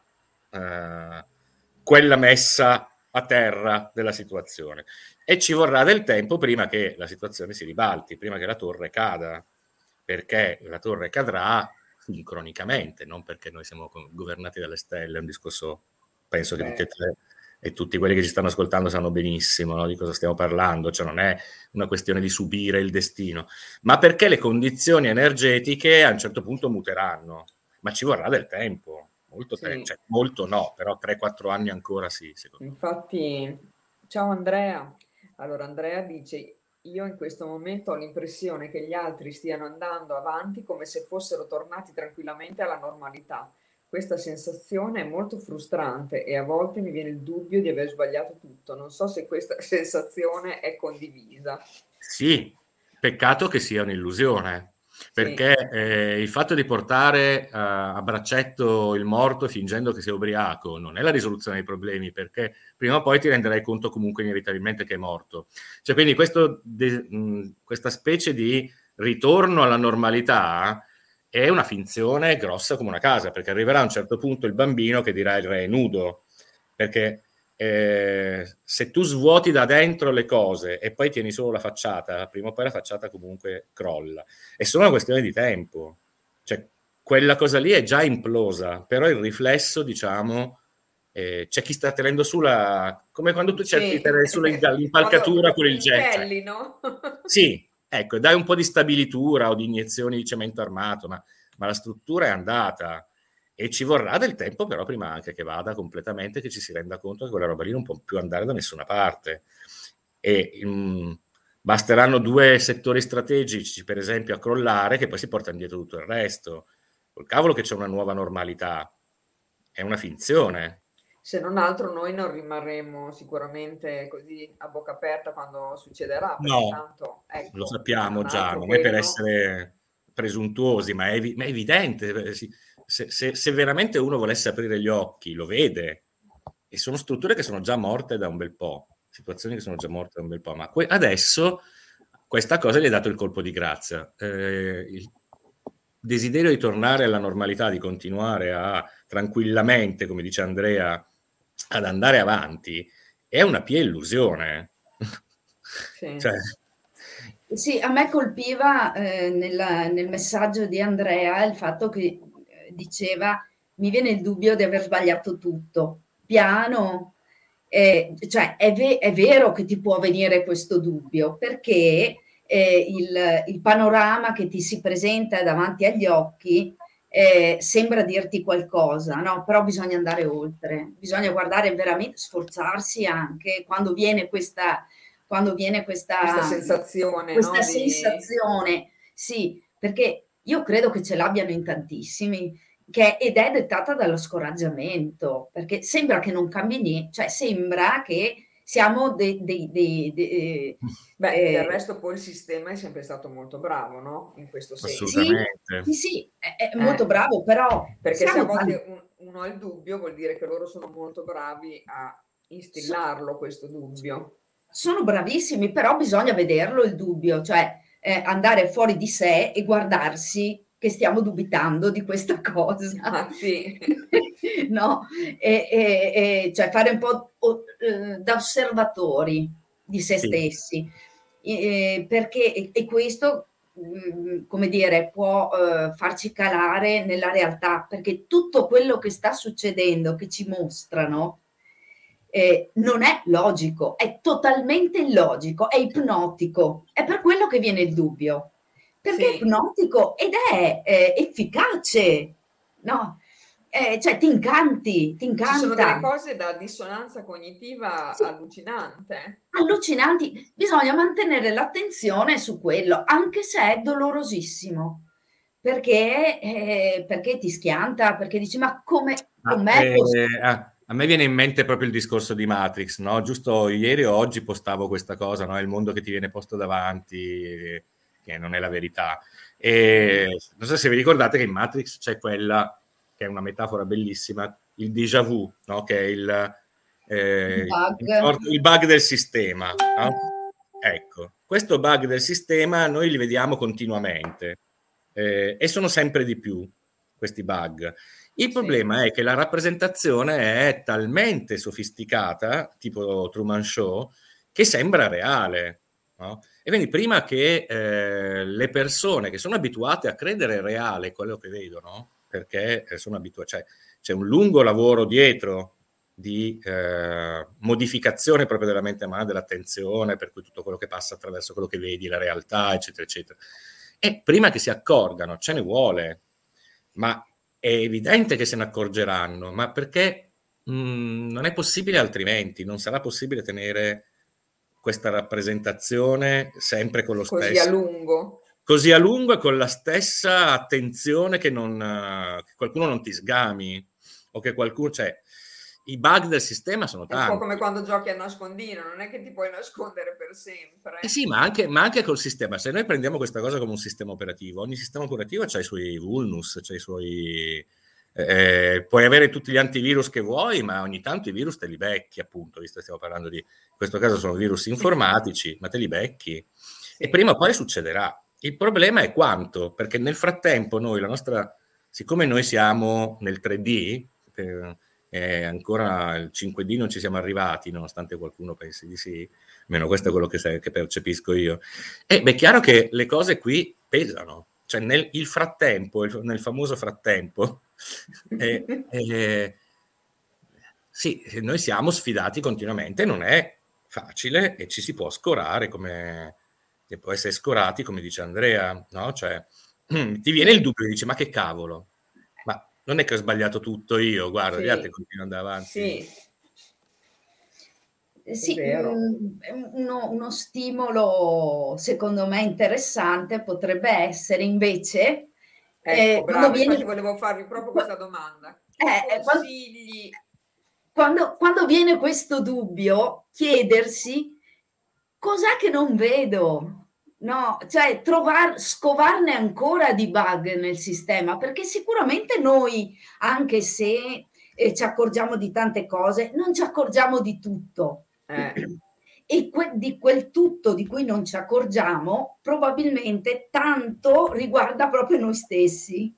eh, quella messa a terra della situazione. E ci vorrà del tempo prima che la situazione si ribalti, prima che la torre cada, perché la torre cadrà sincronicamente, non perché noi siamo governati dalle stelle, è un discorso, penso Beh. che tutti e tre e tutti quelli che ci stanno ascoltando sanno benissimo, no, di cosa stiamo parlando, cioè non è una questione di subire il destino, ma perché le condizioni energetiche a un certo punto muteranno, ma ci vorrà del tempo, molto sì. tempo, cioè molto no, però tre quattro anni ancora sì, secondo Infatti, me. Ciao Andrea, allora Andrea dice, io in questo momento ho l'impressione che gli altri stiano andando avanti come se fossero tornati tranquillamente alla normalità. Questa sensazione è molto frustrante e a volte mi viene il dubbio di aver sbagliato tutto. Non so se questa sensazione è condivisa. Sì, peccato che sia un'illusione, perché sì. eh, il fatto di portare uh, a braccetto il morto fingendo che sia ubriaco non è la risoluzione dei problemi, perché prima o poi ti renderai conto comunque inevitabilmente che è morto. Cioè, quindi questo de- mh, questa specie di ritorno alla normalità è una finzione grossa come una casa, perché arriverà a un certo punto il bambino che dirà il re è nudo, perché eh, se tu svuoti da dentro le cose e poi tieni solo la facciata, prima o poi la facciata comunque crolla. È solo una questione di tempo. Cioè, quella cosa lì è già implosa, però il riflesso, diciamo, eh, c'è chi sta tenendo su la... come quando tu cerchi sì. di tenere su l'impalcatura con il getto. No? Sì, ecco, dai un po' di stabilitura o di iniezioni di cemento armato, ma, ma la struttura è andata e ci vorrà del tempo però prima anche che vada completamente, che ci si renda conto che quella roba lì non può più andare da nessuna parte. E mh, basteranno due settori strategici, per esempio, a crollare, che poi si portano dietro tutto il resto. Col cavolo che c'è una nuova normalità. È una finzione. Se non altro noi non rimarremo sicuramente così a bocca aperta quando succederà, perché no, tanto, ecco, lo sappiamo già, non quello... è per essere presuntuosi, ma è, evi- ma è evidente. Se, se, se veramente uno volesse aprire gli occhi, lo vede. E sono strutture che sono già morte da un bel po', situazioni che sono già morte da un bel po', ma que- adesso questa cosa gli ha dato il colpo di grazia. Eh, il desiderio di tornare alla normalità, di continuare a tranquillamente, come dice Andrea, ad andare avanti, è una pia illusione. Sì. Cioè... sì, a me colpiva eh, nella, nel messaggio di Andrea il fatto che eh, diceva mi viene il dubbio di aver sbagliato tutto. Piano, eh, cioè è, ve- è vero che ti può venire questo dubbio perché eh, il, il panorama che ti si presenta davanti agli occhi eh, sembra dirti qualcosa, no? Però bisogna andare oltre, bisogna guardare veramente, sforzarsi anche quando viene questa, quando viene questa, questa sensazione, questa no? sensazione, di... sì, perché io credo che ce l'abbiano in tantissimi, che, ed è dettata dallo scoraggiamento, perché sembra che non cambi niente, cioè sembra che siamo dei... dei, dei, dei Beh, eh, del resto poi il sistema è sempre stato molto bravo, no? In questo senso. Assolutamente. Sì, sì, sì è, è molto eh, bravo, però... Perché se a volte un, uno ha il dubbio vuol dire che loro sono molto bravi a instillarlo questo dubbio. Sono bravissimi, però bisogna vederlo il dubbio, cioè eh, andare fuori di sé e guardarsi che stiamo dubitando di questa cosa. Ah, sì. No? E, e, e, cioè fare un po' uh, da osservatori di se sì. stessi, e, perché e, e questo, mh, come dire, può uh, farci calare nella realtà, perché tutto quello che sta succedendo, che ci mostrano, Eh, non è logico, è totalmente illogico, è ipnotico, è per quello che viene il dubbio, perché sì. è ipnotico ed è eh, efficace, no? eh, cioè ti incanti, ti incanta. Ci sono delle cose da dissonanza cognitiva sì. allucinante. Allucinanti, bisogna mantenere l'attenzione su quello, anche se è dolorosissimo, perché, eh, perché ti schianta, perché dici ma come, com'è ah, possibile? Eh, ah, a me viene in mente proprio il discorso di Matrix, no? Giusto ieri o oggi postavo questa cosa, no? Il mondo che ti viene posto davanti, che non è la verità. E non so se vi ricordate che in Matrix c'è quella, che è una metafora bellissima, il déjà vu, no? Che è il, eh, il, bug. il bug del sistema, no? Ecco, questo bug del sistema noi li vediamo continuamente eh, e sono sempre di più questi bug. Il problema sì. è che la rappresentazione è talmente sofisticata, tipo Truman Show, che sembra reale. No? E quindi prima che eh, le persone che sono abituate a credere reale quello che vedono, perché sono abituate, cioè c'è un lungo lavoro dietro di eh, modificazione proprio della mente umana, dell'attenzione, per cui tutto quello che passa attraverso quello che vedi, la realtà, eccetera, eccetera. E prima che si accorgano, ce ne vuole, ma è evidente che se ne accorgeranno, ma perché mh, non è possibile altrimenti, non sarà possibile tenere questa rappresentazione sempre con lo così stesso... a lungo. Così a lungo e con la stessa attenzione che, non, che qualcuno non ti sgami, o che qualcuno... Cioè, i bug del sistema sono tanti. È un po' come quando giochi a nascondino, non è che ti puoi nascondere per sempre. Eh sì, ma anche, ma anche col sistema. Se noi prendiamo questa cosa come un sistema operativo, ogni sistema operativo ha i suoi vulnus, c'ha i suoi... Eh, puoi avere tutti gli antivirus che vuoi, ma ogni tanto i virus te li becchi, appunto, visto che stiamo parlando di... In questo caso sono virus informatici, ma te li becchi. Sì. E prima o poi succederà. Il problema è quanto, perché nel frattempo noi, la nostra... Siccome noi siamo nel tre D... Per, Eh, ancora il cinque D non ci siamo arrivati, nonostante qualcuno pensi di sì, almeno questo è quello che, se, che percepisco io. E beh, è chiaro che le cose qui pesano, cioè nel il frattempo, il, nel famoso frattempo, eh, eh, sì, noi siamo sfidati continuamente, non è facile e ci si può scorare, come che può essere scorati, come dice Andrea, no? Cioè, ti viene il dubbio e dici, ma che cavolo? Ma non è che ho sbagliato tutto io, guarda, sì. Gli altri continuano ad andare avanti. Sì, sì uno, uno stimolo secondo me interessante potrebbe essere invece... Ecco, eh, bravo, viene... infatti volevo farvi proprio questa domanda. Eh, consigli... quando, quando viene questo dubbio, chiedersi cos'è che non vedo? No, cioè trovar, scovarne ancora di bug nel sistema, perché sicuramente noi, anche se eh, ci accorgiamo di tante cose, non ci accorgiamo di tutto. Eh. E que- di quel tutto di cui non ci accorgiamo, probabilmente tanto riguarda proprio noi stessi.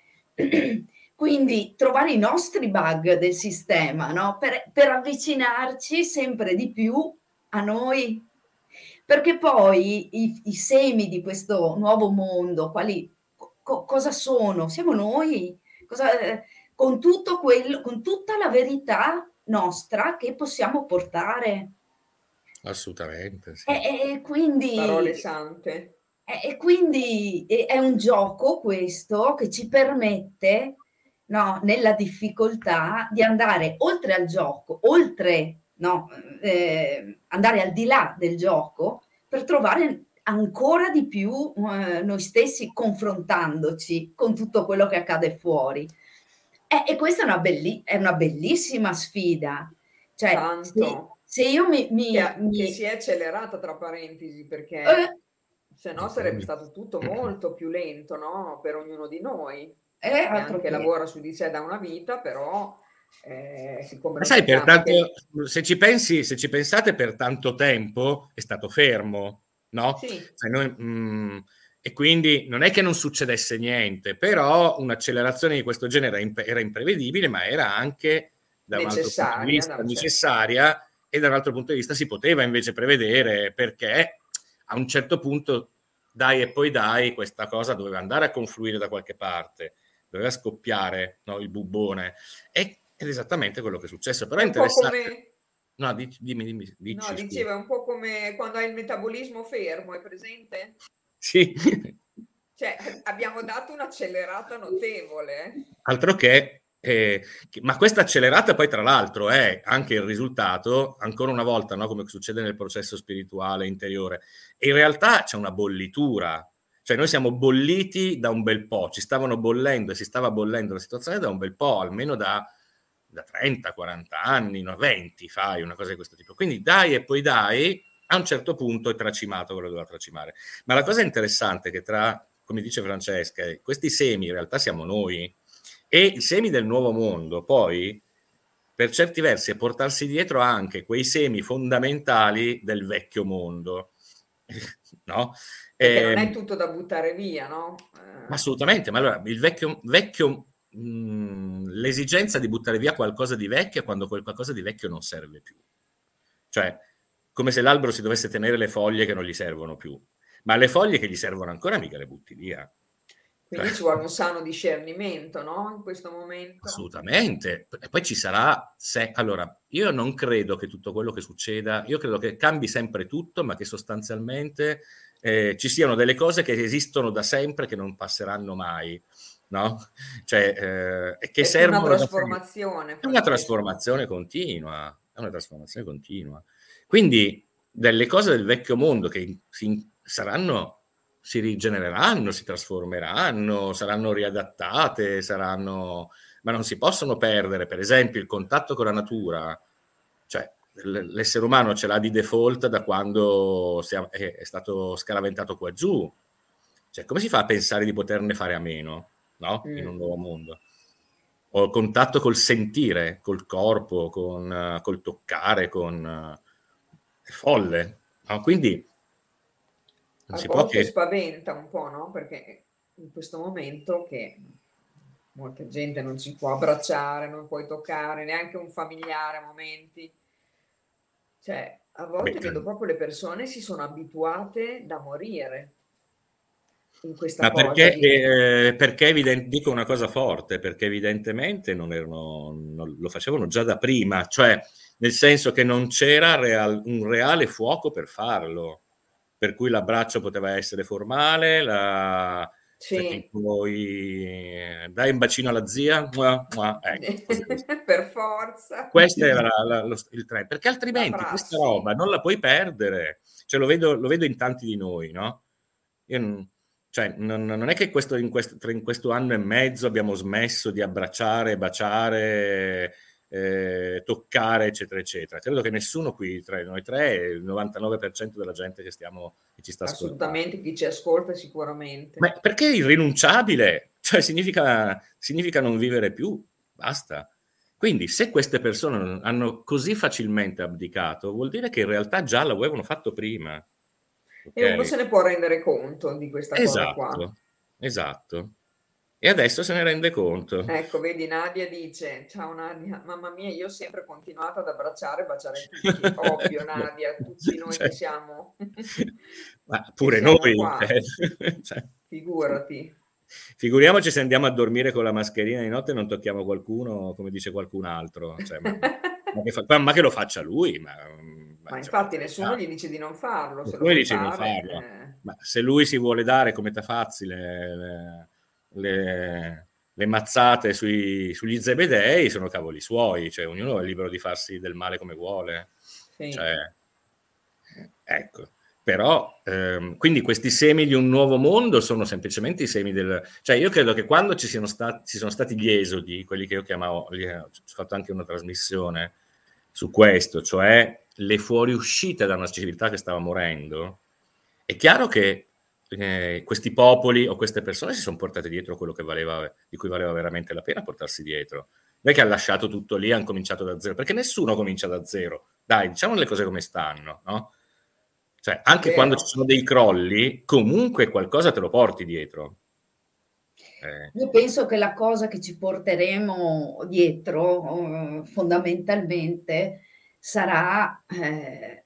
Quindi trovare i nostri bug del sistema, no? Per, per avvicinarci sempre di più a noi. Perché poi i, i semi di questo nuovo mondo, quali, co, cosa sono? Siamo noi, cosa, eh, con tutto quello, con tutta la verità nostra che possiamo portare. Assolutamente, sì. E, e quindi... Parole sante. E, e quindi è un gioco questo che ci permette, no, nella difficoltà, di andare oltre al gioco, oltre... No, eh, andare al di là del gioco per trovare ancora di più eh, noi stessi confrontandoci con tutto quello che accade fuori. E, e questa è una, belli- è una bellissima sfida. Cioè, Tanto. Se, se io mi... mi, che, mi... che si è accelerata, tra parentesi, perché eh, se no sarebbe stato tutto molto più lento, no? Per ognuno di noi. Eh, che anche che lavora su di sé da una vita, però... Eh, siccome sai, per tanto, che... se ci pensi, se ci pensate, per tanto tempo è stato fermo, no? Sì. Cioè noi, mh, e quindi non è che non succedesse niente, però un'accelerazione di questo genere era imprevedibile, ma era anche da un altro punto di vista necessaria, e da un altro punto di vista si poteva invece prevedere, perché a un certo punto, dai e poi dai, questa cosa doveva andare a confluire da qualche parte, doveva scoppiare, no, il bubbone, e ed è esattamente quello che è successo. Però è, è interessante. Come... No, dimmi, dimmi, dimmi dici, no, dicevo, è un po' come quando hai il metabolismo fermo, è presente? Sì. Cioè, abbiamo dato un'accelerata notevole. Altro che, Eh, ma questa accelerata poi tra l'altro è anche il risultato, ancora una volta, no, come succede nel processo spirituale interiore, e in realtà c'è una bollitura, cioè noi siamo bolliti da un bel po', ci stavano bollendo e si stava bollendo la situazione da un bel po', almeno da, da trenta quaranta anni, no, venti fai, una cosa di questo tipo, quindi dai e poi dai, a un certo punto è tracimato quello che doveva tracimare. Ma la cosa interessante è che tra, come dice Francesca, questi semi in realtà siamo noi, e i semi del nuovo mondo poi per certi versi è portarsi dietro anche quei semi fondamentali del vecchio mondo, no? Perché non Eh, è tutto da buttare via, no? Eh, assolutamente, ma allora il vecchio, vecchio mh, l'esigenza di buttare via qualcosa di vecchio quando quel qualcosa di vecchio non serve più, cioè come se l'albero si dovesse tenere le foglie che non gli servono più, ma le foglie che gli servono ancora mica le butti via. Quindi ci vuole un sano discernimento, no? In questo momento. Assolutamente. E poi ci sarà, se, allora, io non credo che tutto quello che succeda, io credo che cambi sempre tutto, ma che sostanzialmente eh, ci siano delle cose che esistono da sempre che non passeranno mai, no? Cioè, eh, e che È servono una da sempre. trasformazione, È una Francesco. trasformazione continua, è una trasformazione continua. Quindi delle cose del vecchio mondo che si, saranno si rigenereranno, si trasformeranno, saranno riadattate, saranno, ma non si possono perdere. Per esempio, il contatto con la natura, cioè l'essere umano ce l'ha di default da quando è, è stato scaraventato qua giù. Cioè, come si fa a pensare di poterne fare a meno, no? Mm. In un nuovo mondo. O il contatto col sentire, col corpo, con, uh, col toccare, con uh, è folle. No? Quindi a volte che... spaventa un po', no? Perché in questo momento che molta gente non si può abbracciare, non puoi toccare, neanche un familiare a momenti. Cioè, a volte Beh, vedo proprio le persone si sono abituate da morire in questa ma cosa. Perché, di... eh, perché evident- dico una cosa forte, perché evidentemente non erano, non, lo facevano già da prima, cioè nel senso che non c'era real, un reale fuoco per farlo. Per cui l'abbraccio poteva essere formale, la, sì. Cioè tipo i, dai un bacino alla zia, mua, mua, ecco, per forza. Questo era la, la, lo, il trend, perché altrimenti questa roba non la puoi perdere. Cioè lo vedo, lo vedo in tanti di noi, no? Io, cioè, non, non è che questo, in, questo, in questo anno e mezzo abbiamo smesso di abbracciare, baciare, Eh, toccare, eccetera, eccetera. Credo che nessuno qui tra noi tre, il novantanove per cento della gente che, stiamo, che ci sta assolutamente, ascoltando. chi ci ascolta sicuramente. Ma perché è irrinunciabile, cioè significa, significa non vivere più, basta. Quindi se queste persone hanno così facilmente abdicato, vuol dire che in realtà già l'avevano fatto prima. Okay? E uno se ne può rendere conto di questa esatto, cosa qua. Esatto. E adesso se ne rende conto. Ecco, vedi, Nadia dice, ciao Nadia, mamma mia, io ho sempre continuato ad abbracciare e baciare tutti. Ovvio, Nadia, tutti noi cioè, che siamo... Ma pure noi. Cioè. Figurati. Figuriamoci se andiamo a dormire con la mascherina di notte e non tocchiamo qualcuno, come dice qualcun altro. Cioè, ma, ma, che fa, ma che lo faccia lui. Ma, ma, ma infatti cioè, nessuno gli dice di non farlo. Se nessuno lo gli dice di fare, non farlo. Eh... Ma se lui si vuole dare come Tafazzi le... le, le le mazzate sui, sugli zebedei sono cavoli suoi, cioè ognuno è libero di farsi del male come vuole. Sì. Cioè, ecco, però ehm, quindi questi semi di un nuovo mondo sono semplicemente i semi del... Cioè io credo che quando ci siano stati, ci sono stati gli esodi, quelli che io chiamavo, li, ho fatto anche una trasmissione su questo, cioè le fuoriuscite da una civiltà che stava morendo, è chiaro che Eh, questi popoli o queste persone si sono portate dietro quello che valeva, di cui valeva veramente la pena portarsi dietro. Non è che ha lasciato tutto lì e hanno cominciato da zero, perché nessuno comincia da zero. Dai, diciamo le cose come stanno, no? Cioè, anche quando ci sono dei crolli, comunque qualcosa te lo porti dietro. Eh. Io penso che la cosa che ci porteremo dietro, eh, fondamentalmente, sarà eh,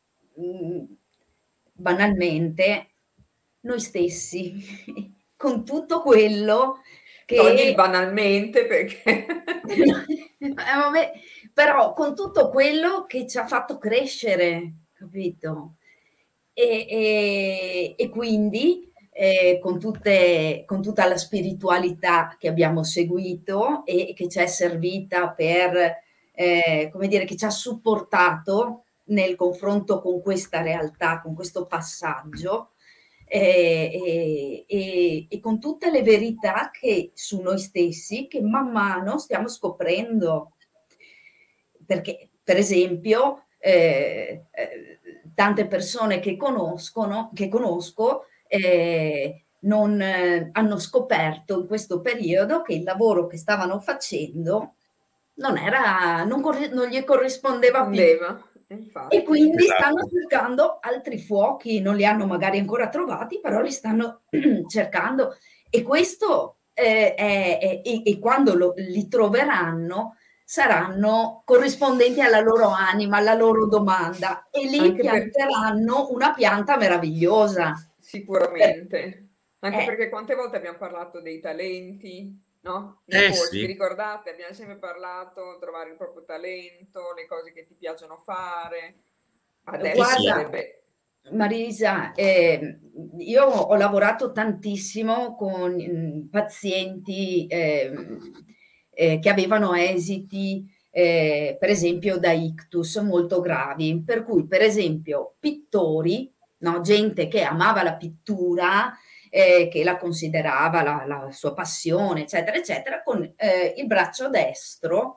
banalmente noi stessi, con tutto quello che... Togli banalmente perché... eh, vabbè, però con tutto quello che ci ha fatto crescere, capito? E, e, e quindi eh, con, tutte, con tutta la spiritualità che abbiamo seguito e che ci è servita per, eh, come dire, che ci ha supportato nel confronto con questa realtà, con questo passaggio, eh, e, e, e con tutte le verità che su noi stessi, che man mano stiamo scoprendo. Perché, per esempio, eh, eh, tante persone che conoscono, che conosco, eh, non eh, hanno scoperto in questo periodo che il lavoro che stavano facendo non era, non, corri- non gli corrispondeva più. Infatti. E quindi Esatto. stanno cercando altri fuochi, non li hanno magari ancora trovati, però li stanno cercando. E questo eh, è, è, e, e quando lo, li troveranno saranno corrispondenti alla loro anima, alla loro domanda, e lì Anche pianteranno per... una pianta meravigliosa. Sicuramente. Anche eh. perché quante volte abbiamo parlato dei talenti, no? Eh, Corsi, sì. vi ricordate? Abbiamo sempre parlato di trovare il proprio talento, le cose che ti piacciono fare. Adesso Guarda, sarebbe... Marisa, eh, io ho lavorato tantissimo con mh, pazienti eh, eh, che avevano esiti, eh, per esempio, da ictus molto gravi, per cui, per esempio, pittori, no? Gente che amava la pittura, eh, che la considerava la, la sua passione, eccetera, eccetera, con eh, il braccio destro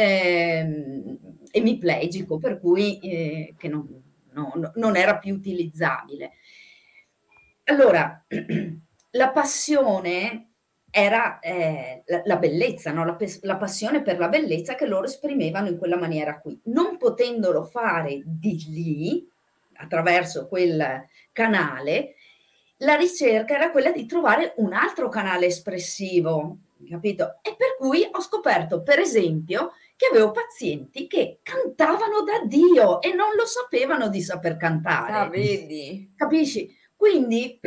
eh, emiplegico, per cui eh, che non No, no, non era più utilizzabile. Allora, la passione era eh, la, la bellezza, no? la, la passione per la bellezza che loro esprimevano in quella maniera qui. Non potendolo fare di lì, attraverso quel canale, la ricerca era quella di trovare un altro canale espressivo, capito? E per cui ho scoperto, per esempio, che avevo pazienti che cantavano da Dio e non lo sapevano di saper cantare. Ah, vedi? Capisci? Quindi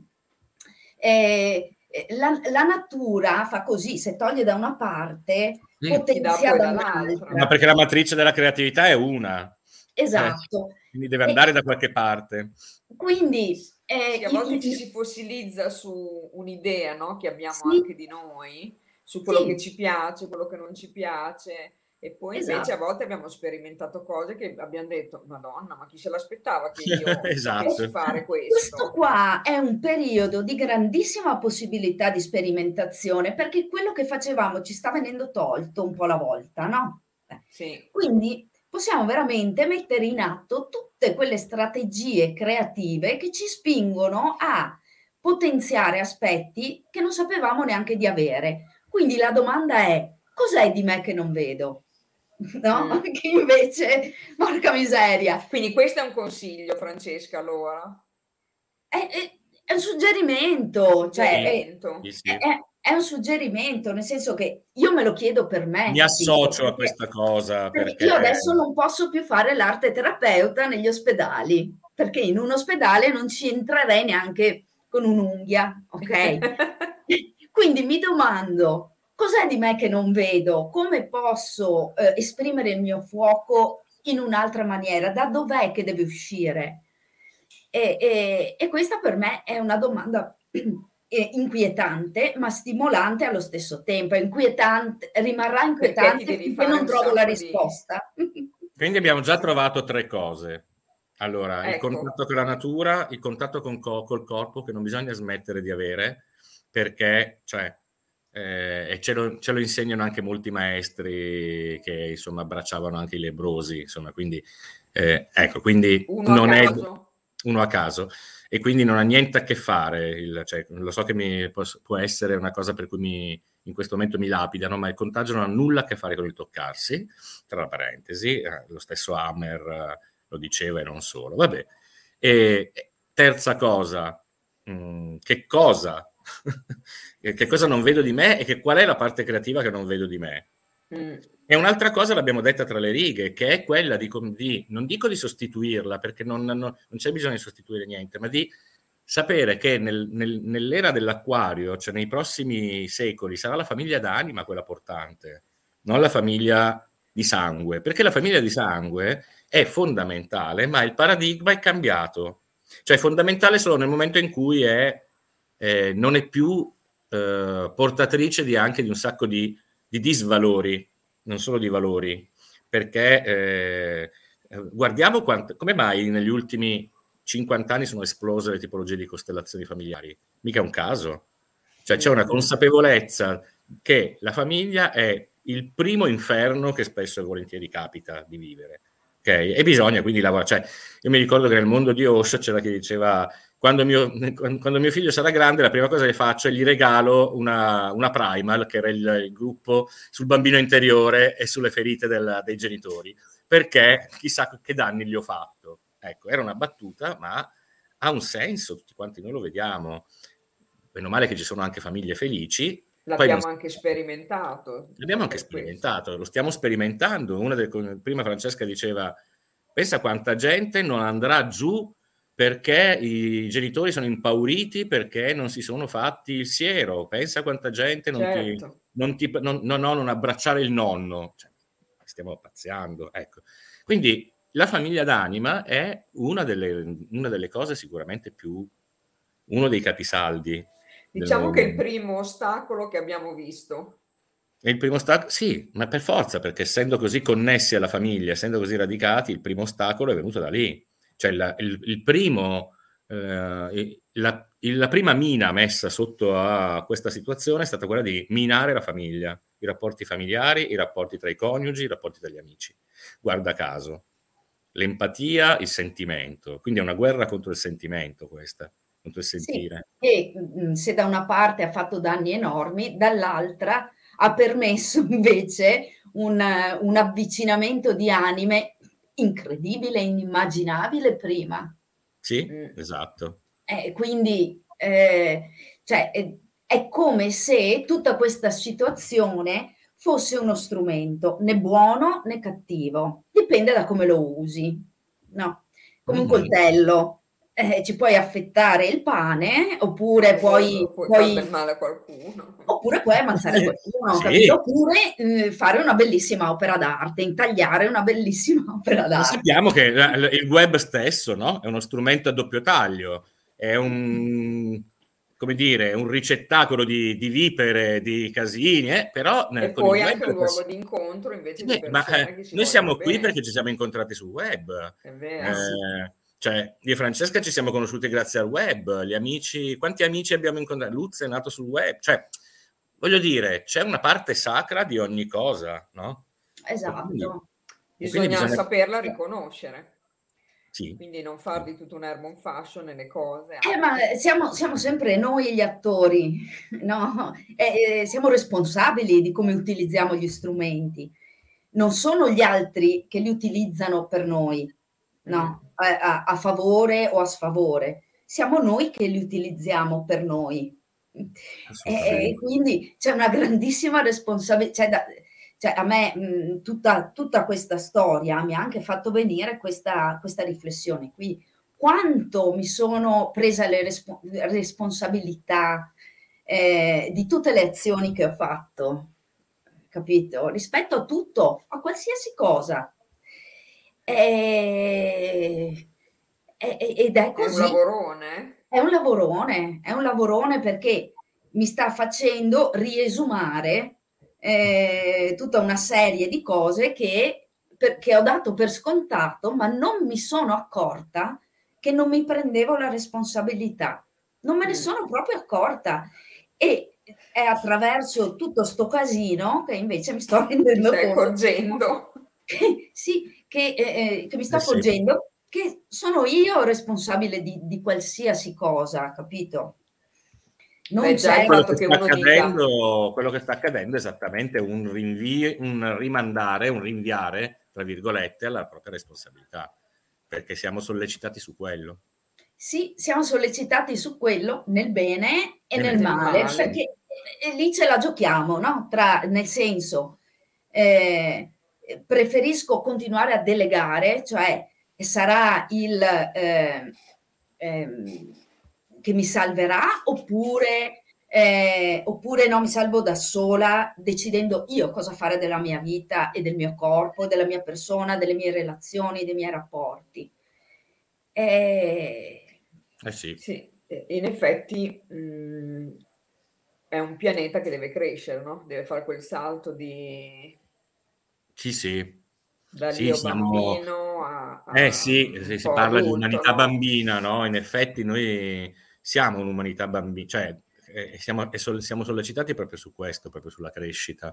eh, la, la natura fa così, se toglie da una parte, Mm. potenzia dall'altra. Ma perché la matrice della creatività è una. Esatto. Eh, quindi deve andare e, da qualche parte. Quindi eh, sì, a volte i, ci si fossilizza su un'idea, no? Che abbiamo sì, anche di noi, su quello sì, che ci piace, quello che non ci piace, e poi invece esatto. a volte abbiamo sperimentato cose che abbiamo detto, Madonna, ma chi se l'aspettava che io Esatto. sapessi fare questo? Questo qua è un periodo di grandissima possibilità di sperimentazione, perché quello che facevamo ci sta venendo tolto un po' alla volta, no? Eh, Sì. Quindi possiamo veramente mettere in atto tutte quelle strategie creative che ci spingono a potenziare aspetti che non sapevamo neanche di avere. Quindi la domanda è: cos'è di me che non vedo? No? Mm. Che invece, porca miseria. Quindi questo è un consiglio, Francesca, allora? È, è, è un suggerimento, cioè è, Sì, sì. è, è un suggerimento, nel senso che io me lo chiedo per me. Mi associo perché, a questa cosa. perché Perché io adesso non posso più fare l'arte terapeuta negli ospedali, perché in un ospedale non ci entrerei neanche con un'unghia, ok? Quindi mi domando, cos'è di me che non vedo? Come posso eh, esprimere il mio fuoco in un'altra maniera? Da dov'è che deve uscire? E, e, e questa per me è una domanda inquietante, ma stimolante allo stesso tempo. È inquietante, rimarrà inquietante finché non trovo la risposta. Di... Quindi abbiamo già trovato tre cose. Allora, ecco. il contatto con la natura, il contatto con co- col corpo, che non bisogna smettere di avere, perché, cioè, eh, e ce lo, ce lo insegnano anche molti maestri che, insomma, abbracciavano anche i lebbrosi, insomma, quindi, eh, ecco, quindi uno non a è caso. uno a caso, e quindi non ha niente a che fare, il, cioè, lo so che mi, può, può essere una cosa per cui mi, in questo momento mi lapidano, ma il contagio non ha nulla a che fare con il toccarsi, tra parentesi, eh, lo stesso Hammer eh, lo diceva e non solo, vabbè. E terza cosa, mh, che cosa che cosa non vedo di me e che qual è la parte creativa che non vedo di me. Mm. E un'altra cosa l'abbiamo detta tra le righe, che è quella di, di non dico di sostituirla, perché non, non, non c'è bisogno di sostituire niente, ma di sapere che nel, nel, nell'era dell'acquario, cioè nei prossimi secoli, sarà la famiglia d'anima quella portante, non la famiglia di sangue, perché la famiglia di sangue è fondamentale, ma il paradigma è cambiato. Cioè è fondamentale solo nel momento in cui è eh, non è più eh, portatrice di anche di un sacco di, di disvalori, non solo di valori, perché eh, guardiamo quanto, come mai negli ultimi cinquanta anni sono esplose le tipologie di costellazioni familiari. Mica è un caso. Cioè c'è una consapevolezza che la famiglia è il primo inferno che spesso e volentieri capita di vivere. Okay? E bisogna quindi lavorare. Cioè, io mi ricordo che nel mondo di Osho c'era chi diceva quando mio, quando mio figlio sarà grande la prima cosa che faccio è gli regalo una, una Primal, che era il, il gruppo sul bambino interiore e sulle ferite del, dei genitori, perché chissà che danni gli ho fatto. Ecco, era una battuta, ma ha un senso, tutti quanti noi lo vediamo. Meno male che ci sono anche famiglie felici. L'abbiamo anche sperimentato. L'abbiamo anche sperimentato, questo. Lo stiamo sperimentando. Una delle, prima Francesca diceva, pensa quanta gente non andrà giù perché i genitori sono impauriti perché non si sono fatti il siero. Pensa quanta gente non certo. ti... Non, ti non, no, no, non abbracciare il nonno. Cioè, stiamo pazziando. Ecco. Quindi la famiglia d'anima è una delle, una delle cose sicuramente più... uno dei capisaldi. Diciamo che è il primo ostacolo che abbiamo visto. Il primo ostacolo, sì, ma per forza, perché essendo così connessi alla famiglia, essendo così radicati, il primo ostacolo è venuto da lì. Cioè la, il, il primo, eh, la, la prima mina messa sotto a questa situazione è stata quella di minare la famiglia, i rapporti familiari, i rapporti tra i coniugi, i rapporti tra gli amici. Guarda caso, l'empatia, il sentimento. Quindi è una guerra contro il sentimento questa. Il sentire. Sì, e mh, se da una parte ha fatto danni enormi, dall'altra ha permesso invece un, un avvicinamento di anime incredibile, inimmaginabile prima. Sì, mm. esatto. Eh, quindi eh, cioè, è, è come se tutta questa situazione fosse uno strumento, né buono né cattivo, dipende da come lo usi, no? Come un mm-hmm. coltello. Eh, ci puoi affettare il pane, oppure puoi, puoi, puoi fare del male a qualcuno, oppure puoi ammazzare qualcuno, sì. capito? Oppure eh, fare una bellissima opera d'arte, intagliare una bellissima opera d'arte. Ma sappiamo che il web stesso, no? È uno strumento a doppio taglio, è un, come dire, un ricettacolo di, di vipere, di casini, eh? Però e con poi il anche web un luogo di incontro invece sì, di persone ma, che si noi siamo bene. qui perché ci siamo incontrati sul web. È vero. Eh, cioè, io e Francesca ci siamo conosciuti grazie al web, gli amici, quanti amici abbiamo incontrato? Luz è nato sul web, cioè, voglio dire, c'è una parte sacra di ogni cosa, no? Esatto. Quindi, bisogna, bisogna saperla riconoscere. Sì. Quindi non far di tutto un erba un fascio nelle cose. Eh, ma siamo, siamo sempre noi gli attori, no? Eh, eh, siamo responsabili di come utilizziamo gli strumenti. Non sono gli altri che li utilizzano per noi, no? Mm. A, a, a favore o a sfavore. Siamo noi che li utilizziamo per noi. E quindi c'è una grandissima responsabilità. Cioè, da, cioè a me mh, tutta, tutta questa storia mi ha anche fatto venire questa, questa riflessione qui. Quanto mi sono presa le respo- responsabilità eh, di tutte le azioni che ho fatto, capito? Rispetto a tutto, a qualsiasi cosa. E, e, ed è così. È un lavorone. È un lavorone, è un lavorone perché mi sta facendo riesumare eh, tutta una serie di cose che, per, che ho dato per scontato, ma non mi sono accorta che non mi prendevo la responsabilità. Non me ne sono proprio accorta. E è attraverso tutto sto casino che invece mi sto rendendo Ti stai conto. accorgendo. Che, sì, che, eh, che mi sto eh sì. accorgendo che sono io responsabile di, di qualsiasi cosa, capito? Non Beh, già il fatto che, che uno accadendo, dica... quello che sta accadendo è esattamente un rinvio, un rimandare, un rinviare, tra virgolette, alla propria responsabilità, perché siamo sollecitati su quello. Sì, siamo sollecitati su quello nel bene e, e nel, nel male, male, perché e lì ce la giochiamo, no? Tra, nel senso, eh, preferisco continuare a delegare, cioè sarà il eh, eh, che mi salverà, oppure, eh, oppure no, mi salvo da sola, decidendo io cosa fare della mia vita e del mio corpo, della mia persona, delle mie relazioni, dei miei rapporti. Eh, eh sì. sì. E in effetti, mhmm, è un pianeta che deve crescere, no, deve fare quel salto di Sì, sì. Sì, dall'io siamo bambino a eh a sì, un si si po' parla di adulto, umanità no? bambina, no, in effetti noi siamo un'umanità bambi cioè, ehm, siamo e sol siamo sollecitati proprio su questo, proprio sulla crescita.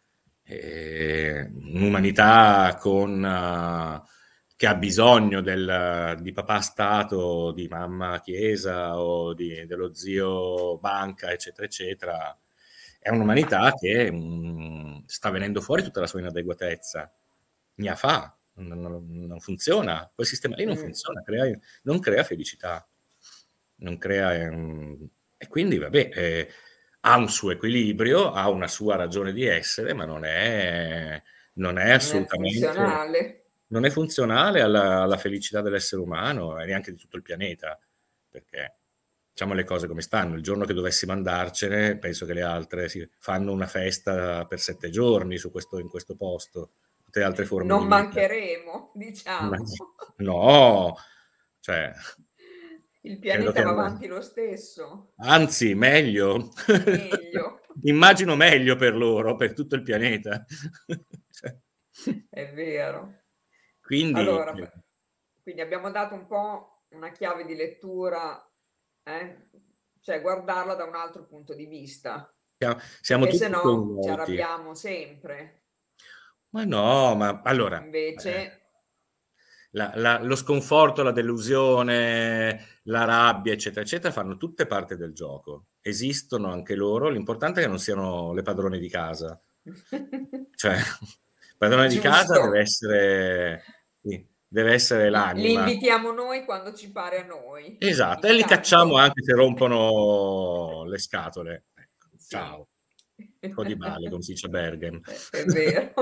Ehm, un'umanità con che ha bisogno del di papà Stato, di mamma Chiesa o di dello zio banca, eccetera, eccetera. È un'umanità che, mhmm, sta venendo fuori tutta la sua inadeguatezza. Gna fa, non non non funziona. Quel sistema lì non Mh. funziona, crea non crea felicità, non crea ehm, e quindi vabbè, ehm, ha un suo equilibrio, ha una sua ragione di essere, ma non è non è Non è assolutamente funzionale. non è funzionale alla alla felicità dell'essere umano e neanche di tutto il pianeta, perché diciamo le cose come stanno. Il giorno che dovessimo andarcene, penso che le altre si fanno una festa per sette giorni su questo in questo posto, tutte le altre forme Non di vita. mancheremo, diciamo. No, cioè Il credo pianeta che va andrà avanti lo stesso. anzi meglio. Meglio. Immagino meglio per loro, per tutto il pianeta. Cioè È vero. Quindi Allora, f quindi abbiamo dato un po' una chiave di lettura, eh, cioè guardarla da un altro punto di vista, Sia siamo perché se tutti no ci coinvolti. arrabbiamo sempre. Ma no, ma allora, eh Invece la la lo sconforto, la delusione, la rabbia, eccetera, eccetera, fanno tutte parte del gioco. Esistono anche loro, l'importante è che non siano le padrone di casa. Cioè, padrone di casa deve Giusto. essere sì, deve essere Li li l'anima. invitiamo noi quando ci pare a noi, Esatto, e li cacciamo intanto. anche se rompono le scatole. Ecco, Sì. ciao. Po' di balle, come si dice a Bergen. È è vero.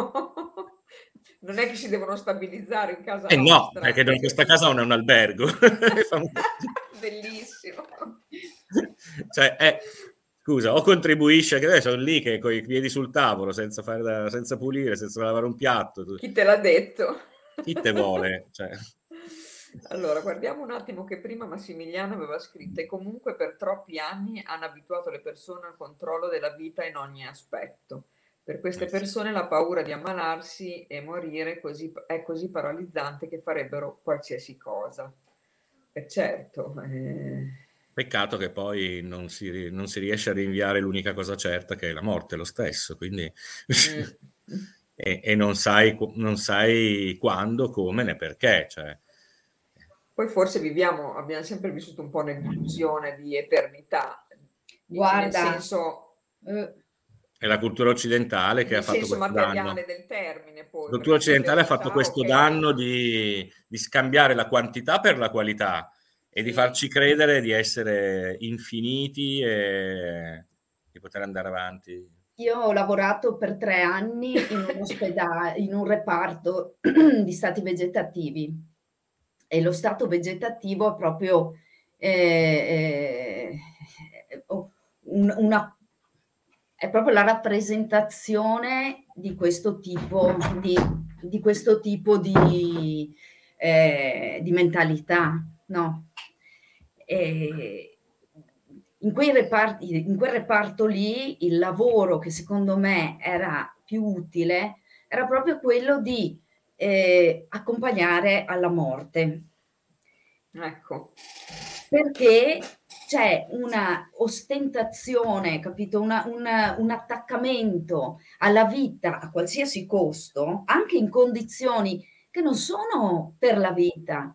Non è che si devono stabilizzare in casa Eh no, nostra, perché hai da questa casa non è capito? un albergo. Bellissimo. Cioè, eh, scusa, o contribuisci anche te, son lì che coi piedi sul tavolo, senza fare da senza pulire, senza lavare un piatto, tu Chi te l'ha detto? chi te vuole, cioè. Allora, guardiamo un attimo che prima Massimiliano aveva scritto: "E comunque per troppi anni hanno abituato le persone al controllo della vita in ogni aspetto. Per queste Eh sì. persone la paura di ammalarsi e morire così p è così paralizzante che farebbero qualsiasi cosa". E certo, eh Peccato che poi non si ri non si riesce a rinviare l'unica cosa certa che è la morte lo stesso, quindi Mh. e e non sai qu non sai quando, come né perché, cioè. Poi forse viviamo abbiam sempre vissuto un po' nell'illusione di eternità. Dici nel Guarda, senso uhm È la cultura occidentale che ha nel fatto senso questo danno. materiale del termine La poi, cultura perché c'è occidentale ha fatto l'eternità questo okay. danno di di scambiare la quantità per la qualità e di Sì. farci credere di essere infiniti e di poter andare avanti. Io ho lavorato per tre anni in un ospeda in un reparto di stati vegetativi e lo stato vegetativo è proprio, ehm, ehm, o un una è proprio la rappresentazione di questo tipo di di questo tipo di ehm, di mentalità, no, ehm, in quei reparti in quel reparto lì, il lavoro che secondo me era più utile, era proprio quello di, ehm, accompagnare alla morte. Ecco. Perché c'è una ostentazione, capito, una un un attaccamento alla vita a qualsiasi costo, anche in condizioni che non sono per la vita.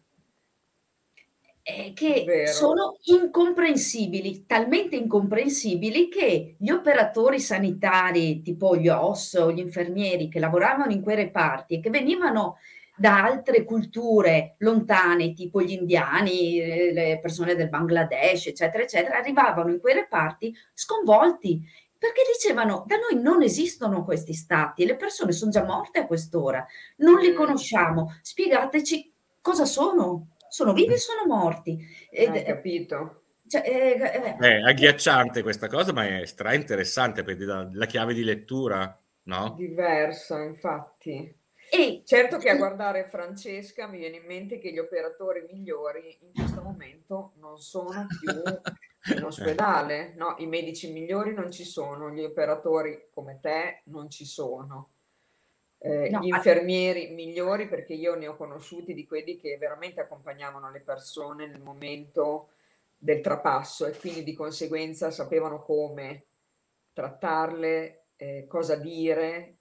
Ehm, che Vero. sono incomprensibili, talmente incomprensibili che gli operatori sanitari, tipo gli O S o gli infermieri che lavoravano in quei reparti e che venivano da altre culture lontane, tipo gli indiani, ehm, le persone del Bangladesh, eccetera, eccetera, arrivavano in quei reparti sconvolti, perché dicevano: "Da noi non esistono questi stati, le persone son già morte a quest'ora, non li Mh. conosciamo, spiegateci cosa sono. Sono vivi o sono morti?" Ed Hai e capito? cioè, ehm, eh, È che agghiacciante questa cosa, ma è stra interessante perché ti dà la chiave di lettura, no? Diverso, infatti. E certo che a guardare Francesca mi viene in mente che gli operatori migliori in questo momento non sono più in ospedale, no? I medici migliori non ci sono, gli operatori come te non ci sono. Eh, no, gli infermieri migliori, perché io ne ho conosciuti di quelli che veramente accompagnavano le persone nel momento del trapasso e quindi di conseguenza sapevano come trattarle, eh, cosa dire,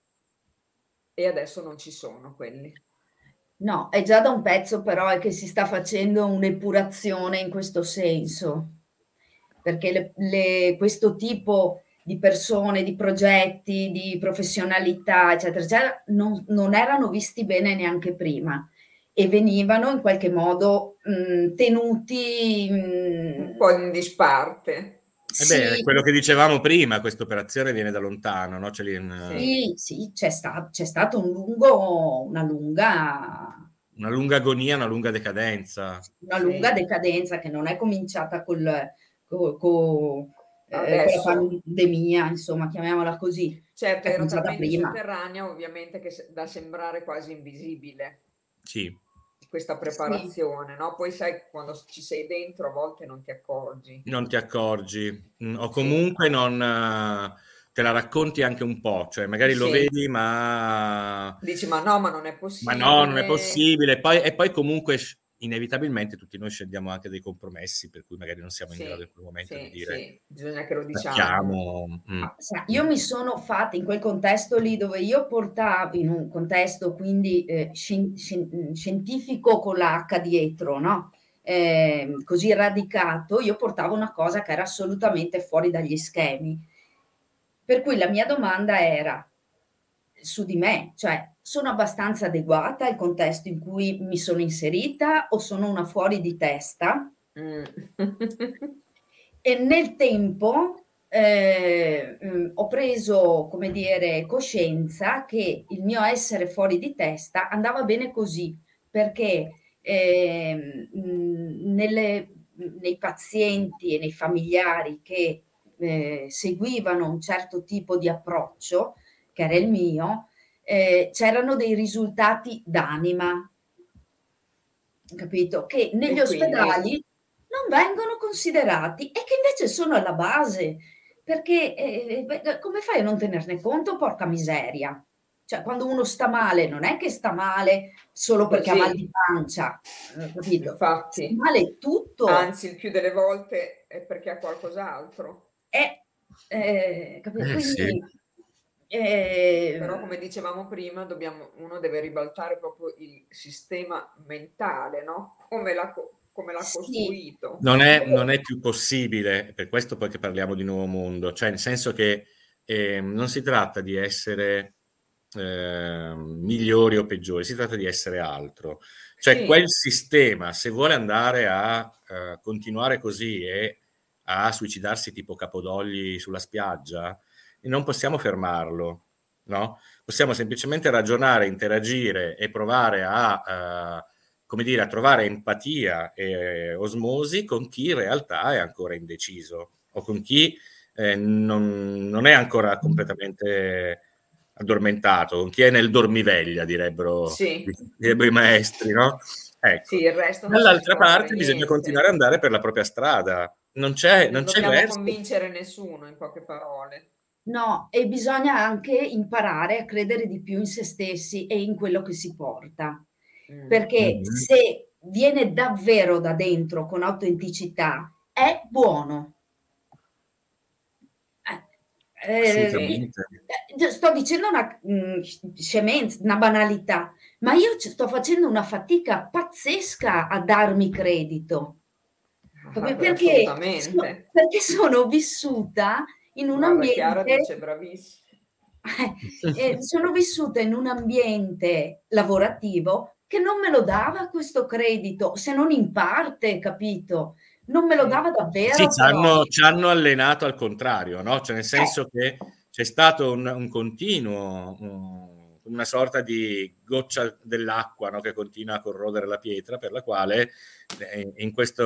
e adesso non ci sono quelli. no, è già da un pezzo però è che si sta facendo un'epurazione in questo senso, perché le, le, questo tipo di persone, di progetti, di professionalità, eccetera, eccetera, non, non erano visti bene neanche prima e venivano in qualche modo mh, tenuti mh, un po' in disparte. Eh beh, sì, quello che dicevamo prima, questa operazione viene da lontano, no? C'è lì in, sì, sì, c'è, sta, c'è stato un lungo, una lunga una lunga agonia, una lunga decadenza. una Sì. lunga decadenza che non è cominciata col, co, co, eh, con la Adesso, pandemia, insomma, chiamiamola così, certo, è era cominciata talmente prima. sotterranea ovviamente che se- da sembrare quasi invisibile Sì. questa Sì, preparazione, no? Poi sai, quando ci sei dentro a volte non ti accorgi. Non ti accorgi, mm, o Sì, comunque non eh, te la racconti anche un po', cioè magari lo sì. vedi, ma Dici, ma no, ma non è ma no, non è possibile. possibile. Poi, e poi comunque sc- inevitabilmente tutti noi scendiamo anche dei compromessi, per cui magari non siamo in grado Sì, in quel momento di sì, dire sì, bisogna che lo diciamo. stacchiamo. mm, ah, sa, mm. io mi sono fatta in quel contesto lì dove io portavo, in un contesto quindi eh, scien- scien- scientifico con la H dietro, no? Eh, così radicato, io portavo una cosa che era assolutamente fuori dagli schemi. Per cui la mia domanda era su di me, cioè sono abbastanza adeguata al contesto in cui mi sono inserita o sono una fuori di testa? Mm. E nel tempo eh, mh, ho preso, come dire, coscienza che il mio essere fuori di testa andava bene così, perché eh, mh, nelle, nei pazienti e nei familiari che eh, seguivano un certo tipo di approccio, che era il mio, eh, c'erano dei risultati d'anima, capito? Che negli E quindi, ospedali non vengono considerati e che invece sono alla base. Perché eh, beh, come fai a non tenerne conto? Porca miseria. Cioè, quando uno sta male, non è che sta male solo perché ha mal di così, pancia, eh, capito? Sta infatti, male tutto. anzi, il più delle volte è perché ha qualcos'altro. È, eh, capito? Eh sì. Quindi, eh, Però, come dicevamo prima, dobbiamo, uno deve ribaltare proprio il sistema mentale, no? Come l'ha, co- come l'ha sì, costruito. Non è, non è più possibile, per questo poi che parliamo di nuovo mondo, cioè nel senso che eh, non si tratta di essere eh, migliori o peggiori, si tratta di essere altro. Cioè quel Sì, sistema, se vuole andare a eh, continuare così e a suicidarsi tipo Capodogli sulla spiaggia, non possiamo fermarlo, no? Possiamo semplicemente ragionare, interagire e provare a... eh, come dire, a trovare empatia e osmosi con chi in realtà è ancora indeciso o con chi eh, non, non è ancora completamente addormentato, con chi è nel dormiveglia, direbbero, sì, direbbero i maestri, no? sì, Ecco. il resto non se ne Dall'altra può fare parte bisogna continuare niente. ad andare per la propria strada, non c'è, E non non c'è dobbiamo verso. convincere nessuno, in poche parole. no, e bisogna anche imparare a credere di più in se stessi e in quello che si porta. Mm. Perché Mhm. se viene davvero da dentro con autenticità, è buono. Eh, Sì, Assolutamente. eh, sto dicendo una mh, scemenza, una banalità, ma io ci sto facendo una fatica pazzesca a darmi credito. ah, Perché, so- assolutamente. perché sono vissuta in un Guarda, Chiara ambiente, dice bravissimo. eh, sono vissuta in un ambiente lavorativo che non me lo dava questo credito, se non in parte, capito? Non me lo Sì, dava Sì, davvero, ci però. hanno, ci hanno allenato al contrario, no? Cioè nel Eh, senso che c'è stato un, un continuo, un- una sorta di goccia dell'acqua, no? Che continua a corrodere la pietra, per la quale eh, in questo,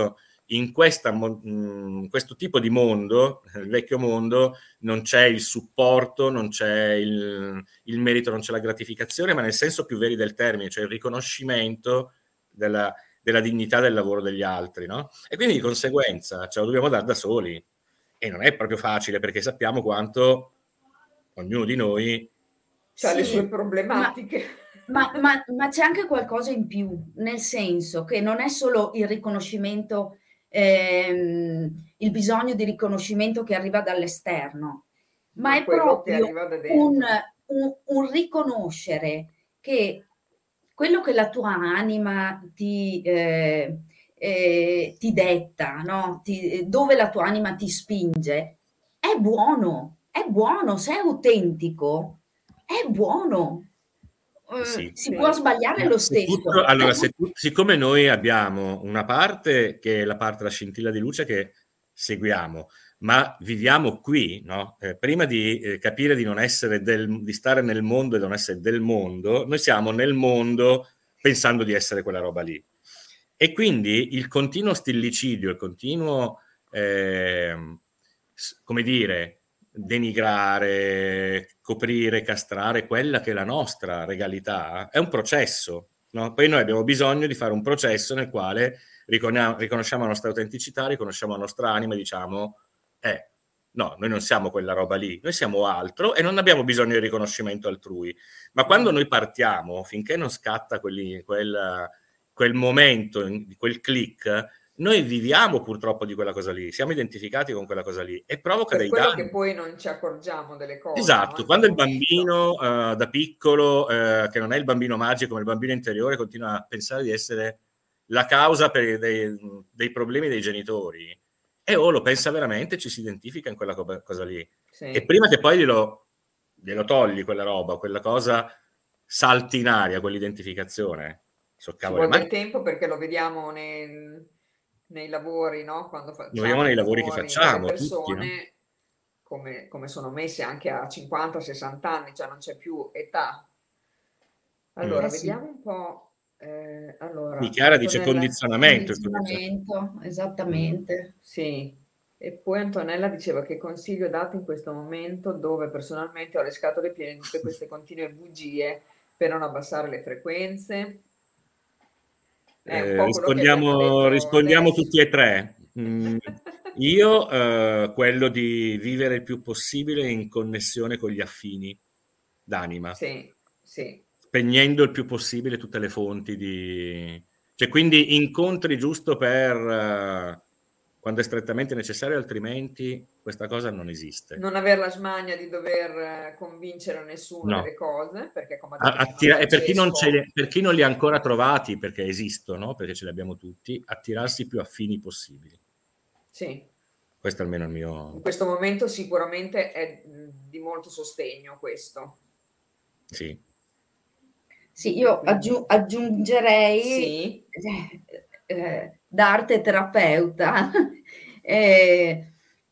in questa, mh, questo tipo di mondo, il vecchio mondo, non c'è il supporto, non c'è il, il merito, non c'è la gratificazione, ma nel senso più veri del termine, cioè il riconoscimento della, della dignità del lavoro degli altri, no? E quindi di conseguenza ce lo dobbiamo dare da soli. E non è proprio facile, perché sappiamo quanto ognuno di noi c'ha le Sì, sue problematiche. Ma, ma, ma, ma c'è anche qualcosa in più, nel senso che non è solo il riconoscimento, ehm, il bisogno di riconoscimento che arriva dall'esterno, ma, Ma è quello che proprio arriva da un, dentro. un, un riconoscere che quello che la tua anima ti, eh, eh, ti detta, no? Ti, dove la tua anima ti spinge, è buono, è buono, se è autentico, è buono. sì. Uhm, si può Sì. sbagliare Ma lo se tutto, stesso. allora, se tu, siccome noi abbiamo una parte che è la parte della scintilla di luce che seguiamo, ma viviamo qui, no? Eh, prima di eh, capire di non essere del, di stare nel mondo e non essere del mondo, noi siamo nel mondo pensando di essere quella roba lì. E quindi il continuo stillicidio, il continuo, eh, come dire, denigrare, coprire, castrare quella che è la nostra regalità, è un processo, no? Poi noi abbiamo bisogno di fare un processo nel quale riconosciamo la nostra autenticità, riconosciamo la nostra anima e diciamo, eh, no, noi non siamo quella roba lì, noi siamo altro e non abbiamo bisogno di riconoscimento altrui. Ma quando noi partiamo, finché non scatta quelli, quel, quel momento, quel click, noi viviamo purtroppo di quella cosa lì, siamo identificati con quella cosa lì e provoca Per dei quello danni. che poi non ci accorgiamo delle cose, Esatto, no? quando il momento. bambino uh, da piccolo, uh, che non è il bambino magico, ma il bambino interiore, continua a pensare di essere la causa per dei, dei problemi dei genitori, e o lo pensa veramente, ci si identifica in quella co- cosa lì. Sì. E prima che poi glielo, glielo togli quella roba, quella cosa salti in aria, quell'identificazione. So, Ci cavolo, vuole ma del tempo perché lo vediamo nei, nei lavori, no? Quando lo vediamo facciamo i nei lavori che lavori delle facciamo, tutti, no? persone, come, come sono messe anche a cinquanta sessanta anni, cioè non c'è più età. Allora, Eh sì, vediamo un po'. Eh, Sì, allora, Chiara dice Antonella, condizionamento. il condizionamento. condizionamento, esattamente. sì. E poi Antonella diceva che consiglio date in questo momento dove personalmente ho le scatole piene di tutte queste continue bugie per non abbassare le frequenze. È un Eh, po' quello che abbiamo rispondiamo, detto rispondiamo adesso. tutti e tre. Mm, io eh, quello di vivere il più possibile in connessione con gli affini d'anima, Sì, sì. spegnendo il più possibile tutte le fonti di... Cioè, quindi incontri giusto per eh, quando è strettamente necessario, altrimenti questa cosa non esiste. Non aver la smania di dover eh, convincere nessuno No. delle cose, perché come ha A- detto prima attira- e per chi, non ce Francesco, li, per chi non li ha ancora trovati, perché esistono, perché ce li abbiamo tutti, attirarsi i più affini possibili. sì, Questo almeno è il in mio... questo momento sicuramente è mh, di molto sostegno questo. Sì. Sì, io Quindi, aggiu- aggiungerei sì, eh, eh, da arte terapeuta eh,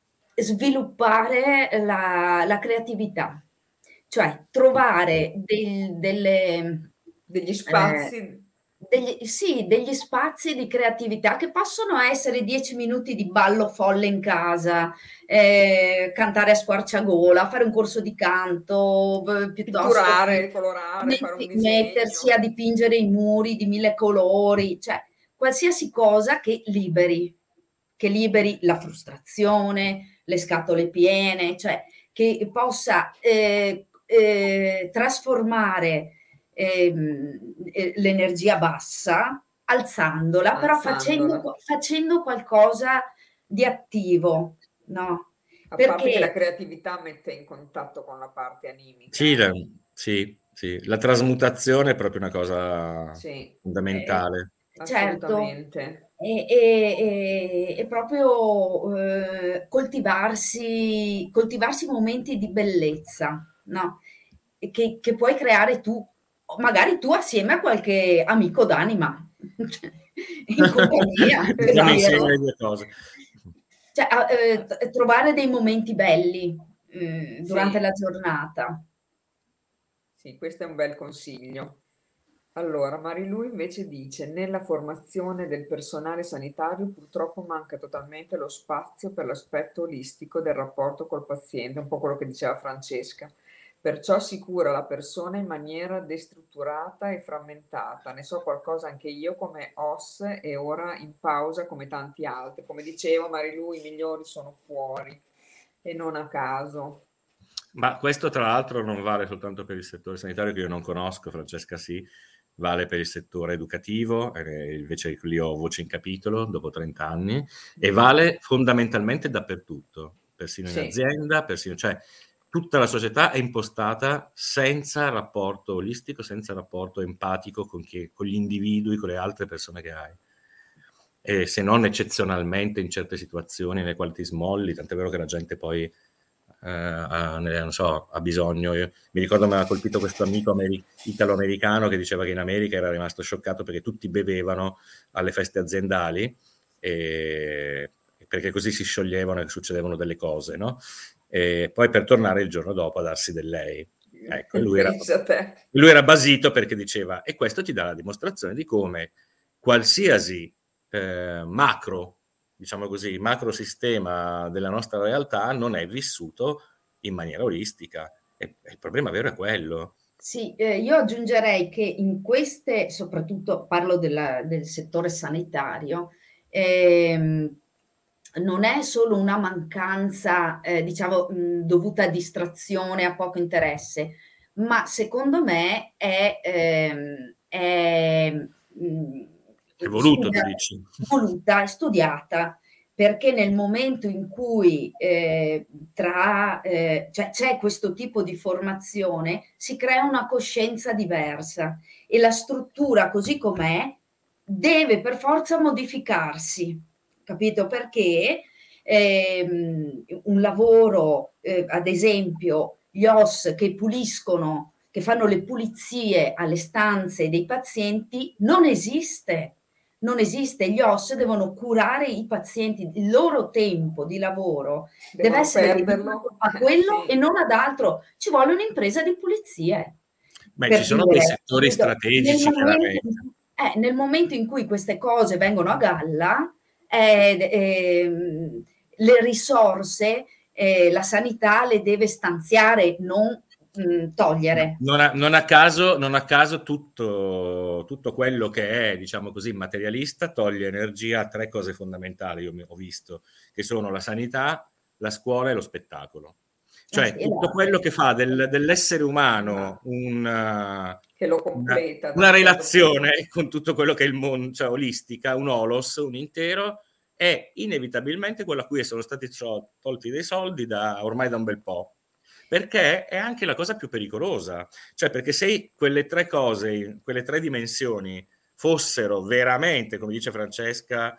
sviluppare la, la creatività, cioè trovare del- delle, degli eh, spazi, degli, sì, degli spazi di creatività che possono essere dieci minuti di ballo folle in casa, eh, cantare a squarciagola, fare un corso di canto, v- piuttosto che pitturare, colorare, fare un metti- mettersi a disegno. dipingere i muri di mille colori, cioè qualsiasi cosa che liberi, che liberi la frustrazione, le scatole piene, cioè che possa eh, eh, trasformare ehm, eh, l'energia bassa alzandola, però facendo, Alzandola. facendo qualcosa di attivo, no? A parte che la Perché creatività mette in contatto con la parte Sì, animica, la, eh? sì, sì. La trasmutazione è proprio una cosa Sì, eh, fondamentale. certo, assolutamente. e, e- e- e proprio eh, coltivarsi, coltivarsi momenti di bellezza, no? E Che, che puoi creare tu, magari tu assieme a qualche amico d'anima, in compagnia, per Mettiamo insieme le dire. Esatto. due cose. Cioè, a- eh, t- trovare dei momenti belli eh, durante Sì, la giornata. sì, questo è un bel consiglio. Allora, Marilu invece dice: nella formazione del personale sanitario purtroppo manca totalmente lo spazio per l'aspetto olistico del rapporto col paziente, un po' quello che diceva Francesca. Perciò si cura la persona in maniera destrutturata e frammentata. Ne so qualcosa anche io come O S e ora in pausa come tanti altri. Come diceva Marilu, i migliori sono fuori e non a caso. Ma questo tra l'altro non vale soltanto per il settore sanitario, che io non conosco, Francesca sì, vale per il settore educativo, eh, invece lì ho voce in capitolo dopo trenta anni, e vale fondamentalmente dappertutto, persino in Sì. azienda, persino, cioè tutta la società è impostata senza rapporto olistico, senza rapporto empatico con, chi, con gli individui, con le altre persone che hai. E se non eccezionalmente in certe situazioni nelle quali ti smolli, tant'è vero che la gente poi Uh, uh, non so, ha bisogno. Io, mi ricordo mi aveva colpito questo amico ameri- italo-americano che diceva che in America era rimasto scioccato perché tutti bevevano alle feste aziendali e, perché così si scioglievano e succedevano delle cose, no? E poi per tornare il giorno dopo a darsi del lei. Ecco, lui era, lui era basito perché diceva, e questo ti dà la dimostrazione di come qualsiasi eh, macro diciamo così, macrosistema della nostra realtà non è vissuto in maniera olistica. E, e il problema vero è quello. Sì, eh, io aggiungerei che in queste, soprattutto parlo della, del settore sanitario, ehm, non è solo una mancanza, eh, diciamo, mh, dovuta a distrazione, a poco interesse, ma secondo me è, ehm, è, mh, È voluto, studia- tu dici? voluta, è studiata, perché nel momento in cui eh, tra, eh, cioè, c'è questo tipo di formazione, si crea una coscienza diversa e la struttura così com'è deve per forza modificarsi, capito? Perché ehm, un lavoro, eh, ad esempio, gli O S che puliscono, che fanno le pulizie alle stanze dei pazienti, non esiste. Non esiste, gli O S devono curare i pazienti, il loro tempo di lavoro Devono deve essere perderlo. dedicato a quello Sì. e non ad altro. Ci vuole un'impresa di pulizie. Beh, Per ci sono dire, dei settori capito? Nel strategici, momento, chiaramente. eh, nel momento in cui queste cose vengono a galla, eh, eh, le risorse, eh, la sanità le deve stanziare, non mh, togliere. Non a, non a caso, non a caso tutto, tutto quello che è, diciamo così, materialista toglie energia a tre cose fondamentali, io ho visto, che sono la sanità, la scuola e lo spettacolo. Cioè, tutto quello che fa del, dell'essere umano un, che lo una, completa, una certo relazione punto. Con tutto quello che è il mondo, cioè olistica, un holos, un intero, è inevitabilmente quello a cui sono stati tolti dei soldi da, ormai da un bel po'. Perché è anche la cosa più pericolosa, cioè perché se quelle tre cose, quelle tre dimensioni fossero veramente, come dice Francesca,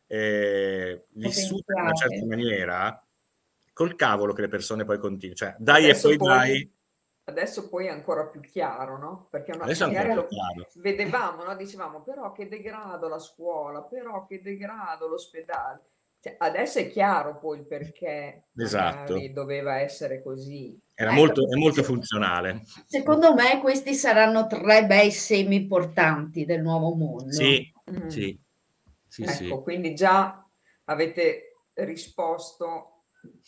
eh, vissute in una certa maniera, col cavolo che le persone poi continuano, cioè dai adesso e poi, poi dai. Adesso poi è ancora più chiaro, no? Perché una, Adesso è ancora magari più lo chiaro. vedevamo, no? Dicevamo, però che degrado la scuola, però che degrado l'ospedale. Cioè, adesso è chiaro poi il perché Esatto. magari doveva essere così. Era Eh, molto, è molto se, funzionale. Secondo me questi saranno tre bei semi portanti del nuovo mondo. Sì, Mm. sì, sì, ecco, sì. quindi già avete risposto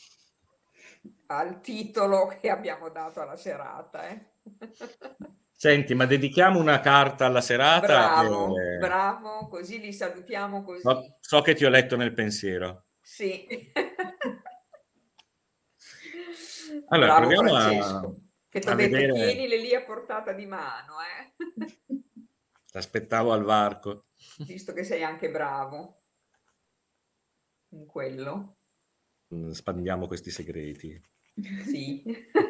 al titolo che abbiamo dato alla serata. Eh? Senti, ma dedichiamo una carta alla serata? Bravo, E... bravo, così li salutiamo così. So, so che ti ho letto nel pensiero. Sì. Allora, Bravo proviamo Francesco, a, che ti ho a detto vedere. tienile lì a portata di mano, eh? T'aspettavo al varco. Visto che sei anche bravo in quello. Spandiamo questi segreti. Sì.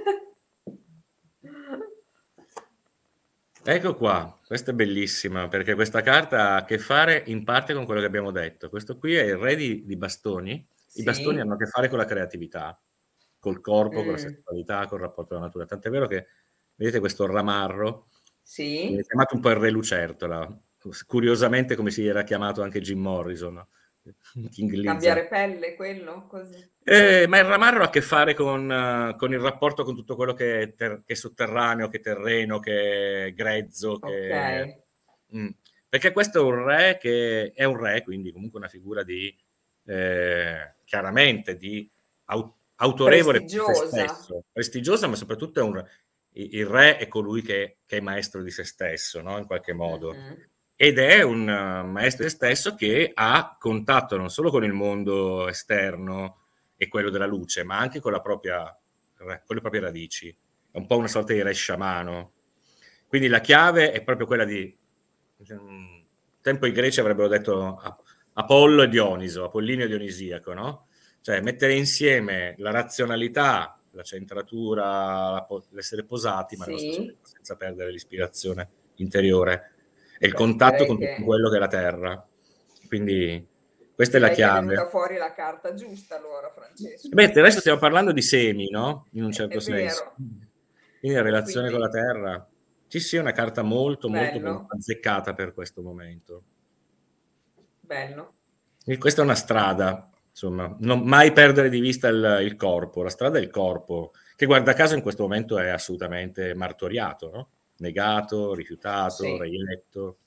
Ecco qua, questa è bellissima perché questa carta ha a che fare in parte con quello che abbiamo detto. Questo qui è il re di, di bastoni. I bastoni Sì. hanno a che fare con la creatività, col corpo, con la Mm. sessualità, col rapporto alla natura. Tant'è vero che, vedete questo ramarro? Sì. Viene chiamato un po' il re lucertola, curiosamente come si era chiamato anche Jim Morrison. King Cambiare Lizard. pelle, quello? Così. Eh, ma il ramarro ha a che fare con, uh, con il rapporto con tutto quello che è, ter- che è sotterraneo, che è terreno, che è grezzo, che Ok. Mm. Perché questo è un re che è un re, quindi comunque una figura di eh, chiaramente di au- autorevole per se stesso, prestigiosa, ma soprattutto è un re. Il re è colui che, che è maestro di se stesso, no? In qualche modo. Mm-hmm. Ed è un uh, maestro di se stesso che ha contatto non solo con il mondo esterno e quello della luce, ma anche con la propria, con le proprie radici. È un po' una sorta di re sciamano. Quindi la chiave è proprio quella di... Un tempo i greci avrebbero detto Apollo e Dioniso, Apollinio e Dionisiaco, no? Cioè mettere insieme la razionalità, la centratura, la po- l'essere posati, ma sì. nello stesso tempo senza perdere l'ispirazione interiore e il Beh, contatto con che... quello che è la terra. Quindi questa direi è la chiave. Che è venuta fuori la carta giusta allora, Francesco. Beh, adesso stiamo parlando di semi, no? In un certo è senso. Vero. Quindi la relazione Quindi... con la terra. Ci sia una carta molto, Bello. molto azzeccata per questo momento. Bello. E questa è una strada, insomma, non mai perdere di vista il, il corpo. La strada è il corpo, che guarda caso in questo momento è assolutamente martoriato, no? Negato, rifiutato, sì. reieletto.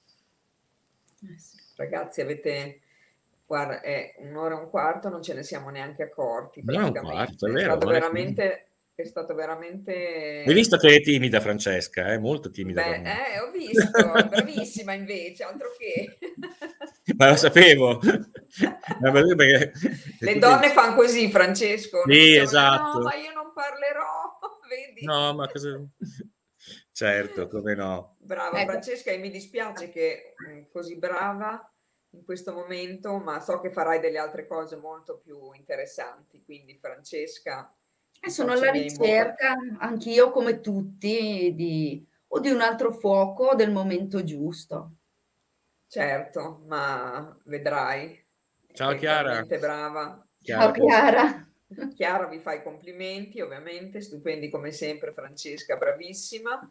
Ragazzi, avete... Guarda, è un'ora e un quarto, non ce ne siamo neanche accorti. Non è un quarto, è, è vero. Stato veramente, è stato veramente... Hai visto che è timida Francesca, è eh? Molto timida. Beh, eh, ho visto, bravissima invece, altro che... Ma lo sapevo. Perché... Le donne tutte... fanno così, Francesco. Sì, diciamo, esatto. No, ma io non parlerò, vedi? No, ma cosa... Certo, come no. Brava ecco. Francesca, e mi dispiace che mh, così brava in questo momento, ma so che farai delle altre cose molto più interessanti, quindi Francesca... Eh, sono alla ricerca, anch'io come tutti, di, o di un altro fuoco del momento giusto. Certo, ma vedrai. Ciao Chiara. Brava. Ciao Chiara. Chiara, vi fa i complimenti, ovviamente, stupendi come sempre, Francesca, bravissima.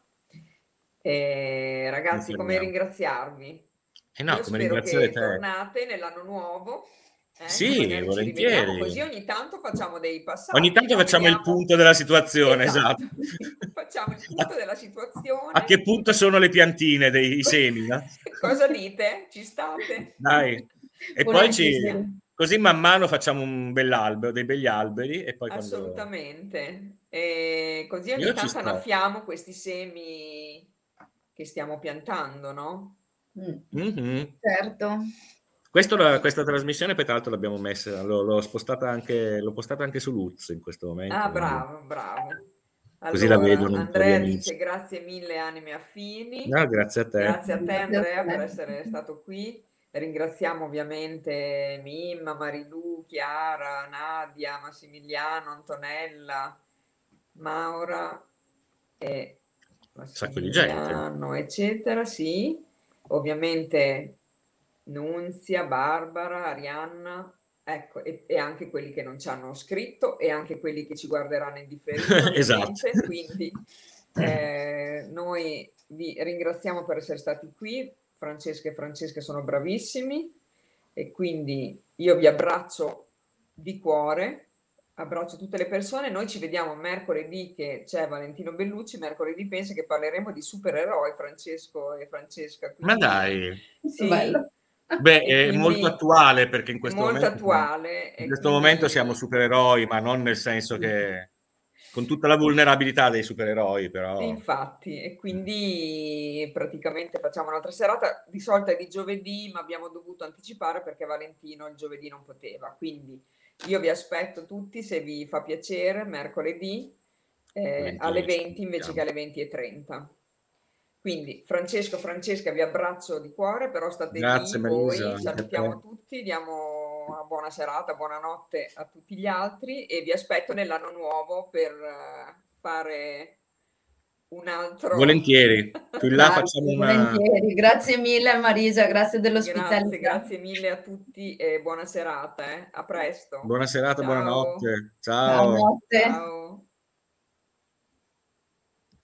E, ragazzi, come ringraziarvi? Eh no, Io come spero ringraziare che te. tornate nell'anno nuovo. Eh, sì, volentieri. Così ogni tanto facciamo dei passaggi. Ogni tanto no? facciamo Vediamo... il punto della situazione, esatto. esatto. Facciamo il punto della situazione. A che punto sono le piantine dei semi? No? Cosa dite? Ci state? Dai. E poi ci... Così man mano facciamo un bell'albero, dei begli alberi e poi Assolutamente. Quando... E così ogni Io tanto annaffiamo questi semi che stiamo piantando, no? Mm-hmm. Certo. Questo, la, questa trasmissione, peraltro, l'abbiamo messa, l'ho, l'ho spostata anche, l'ho postata anche su Luz in questo momento. Ah, bravo, bravo. Allora, così la vedono un Andrea po' di dice grazie mille anime affini. No, grazie a te. Grazie a te Andrea per essere stato qui. Ringraziamo ovviamente Mimma, Marilu, Chiara, Nadia, Massimiliano, Antonella, Maura e Massimiliano, eccetera, sì. Ovviamente Nunzia, Barbara, Arianna, ecco, e, e anche quelli che non ci hanno scritto e anche quelli che ci guarderanno in differita, esatto. Quindi eh, noi vi ringraziamo per essere stati qui. Francesca e Francesca sono bravissimi e quindi io vi abbraccio di cuore, abbraccio tutte le persone. Noi ci vediamo mercoledì che c'è Valentino Bellucci, mercoledì penso che parleremo di supereroi, Francesco e Francesca. Quindi, ma dai! Sì. Bello. Beh, è molto attuale perché in questo molto momento, attuale, in questo quindi... momento siamo supereroi, ma non nel senso che con tutta la vulnerabilità dei supereroi, però. Infatti, e quindi praticamente facciamo un'altra serata, di solito è di giovedì, ma abbiamo dovuto anticipare perché Valentino il giovedì non poteva. Quindi io vi aspetto tutti, se vi fa piacere, mercoledì eh, alle venti invece che alle venti e trenta. Quindi Francesco, Francesca, vi abbraccio di cuore, però state Grazie, lì, Marisa, voi, salutiamo tutti, diamo una buona serata, buonanotte a tutti gli altri e vi aspetto nell'anno nuovo per uh, fare un altro... Volentieri, più in là facciamo una... Volentieri. Grazie mille Marisa, grazie dell'ospitalità. Grazie, grazie mille a tutti e buona serata, eh. A presto. Buona serata, Ciao. buonanotte. Ciao. Buonanotte. Ciao.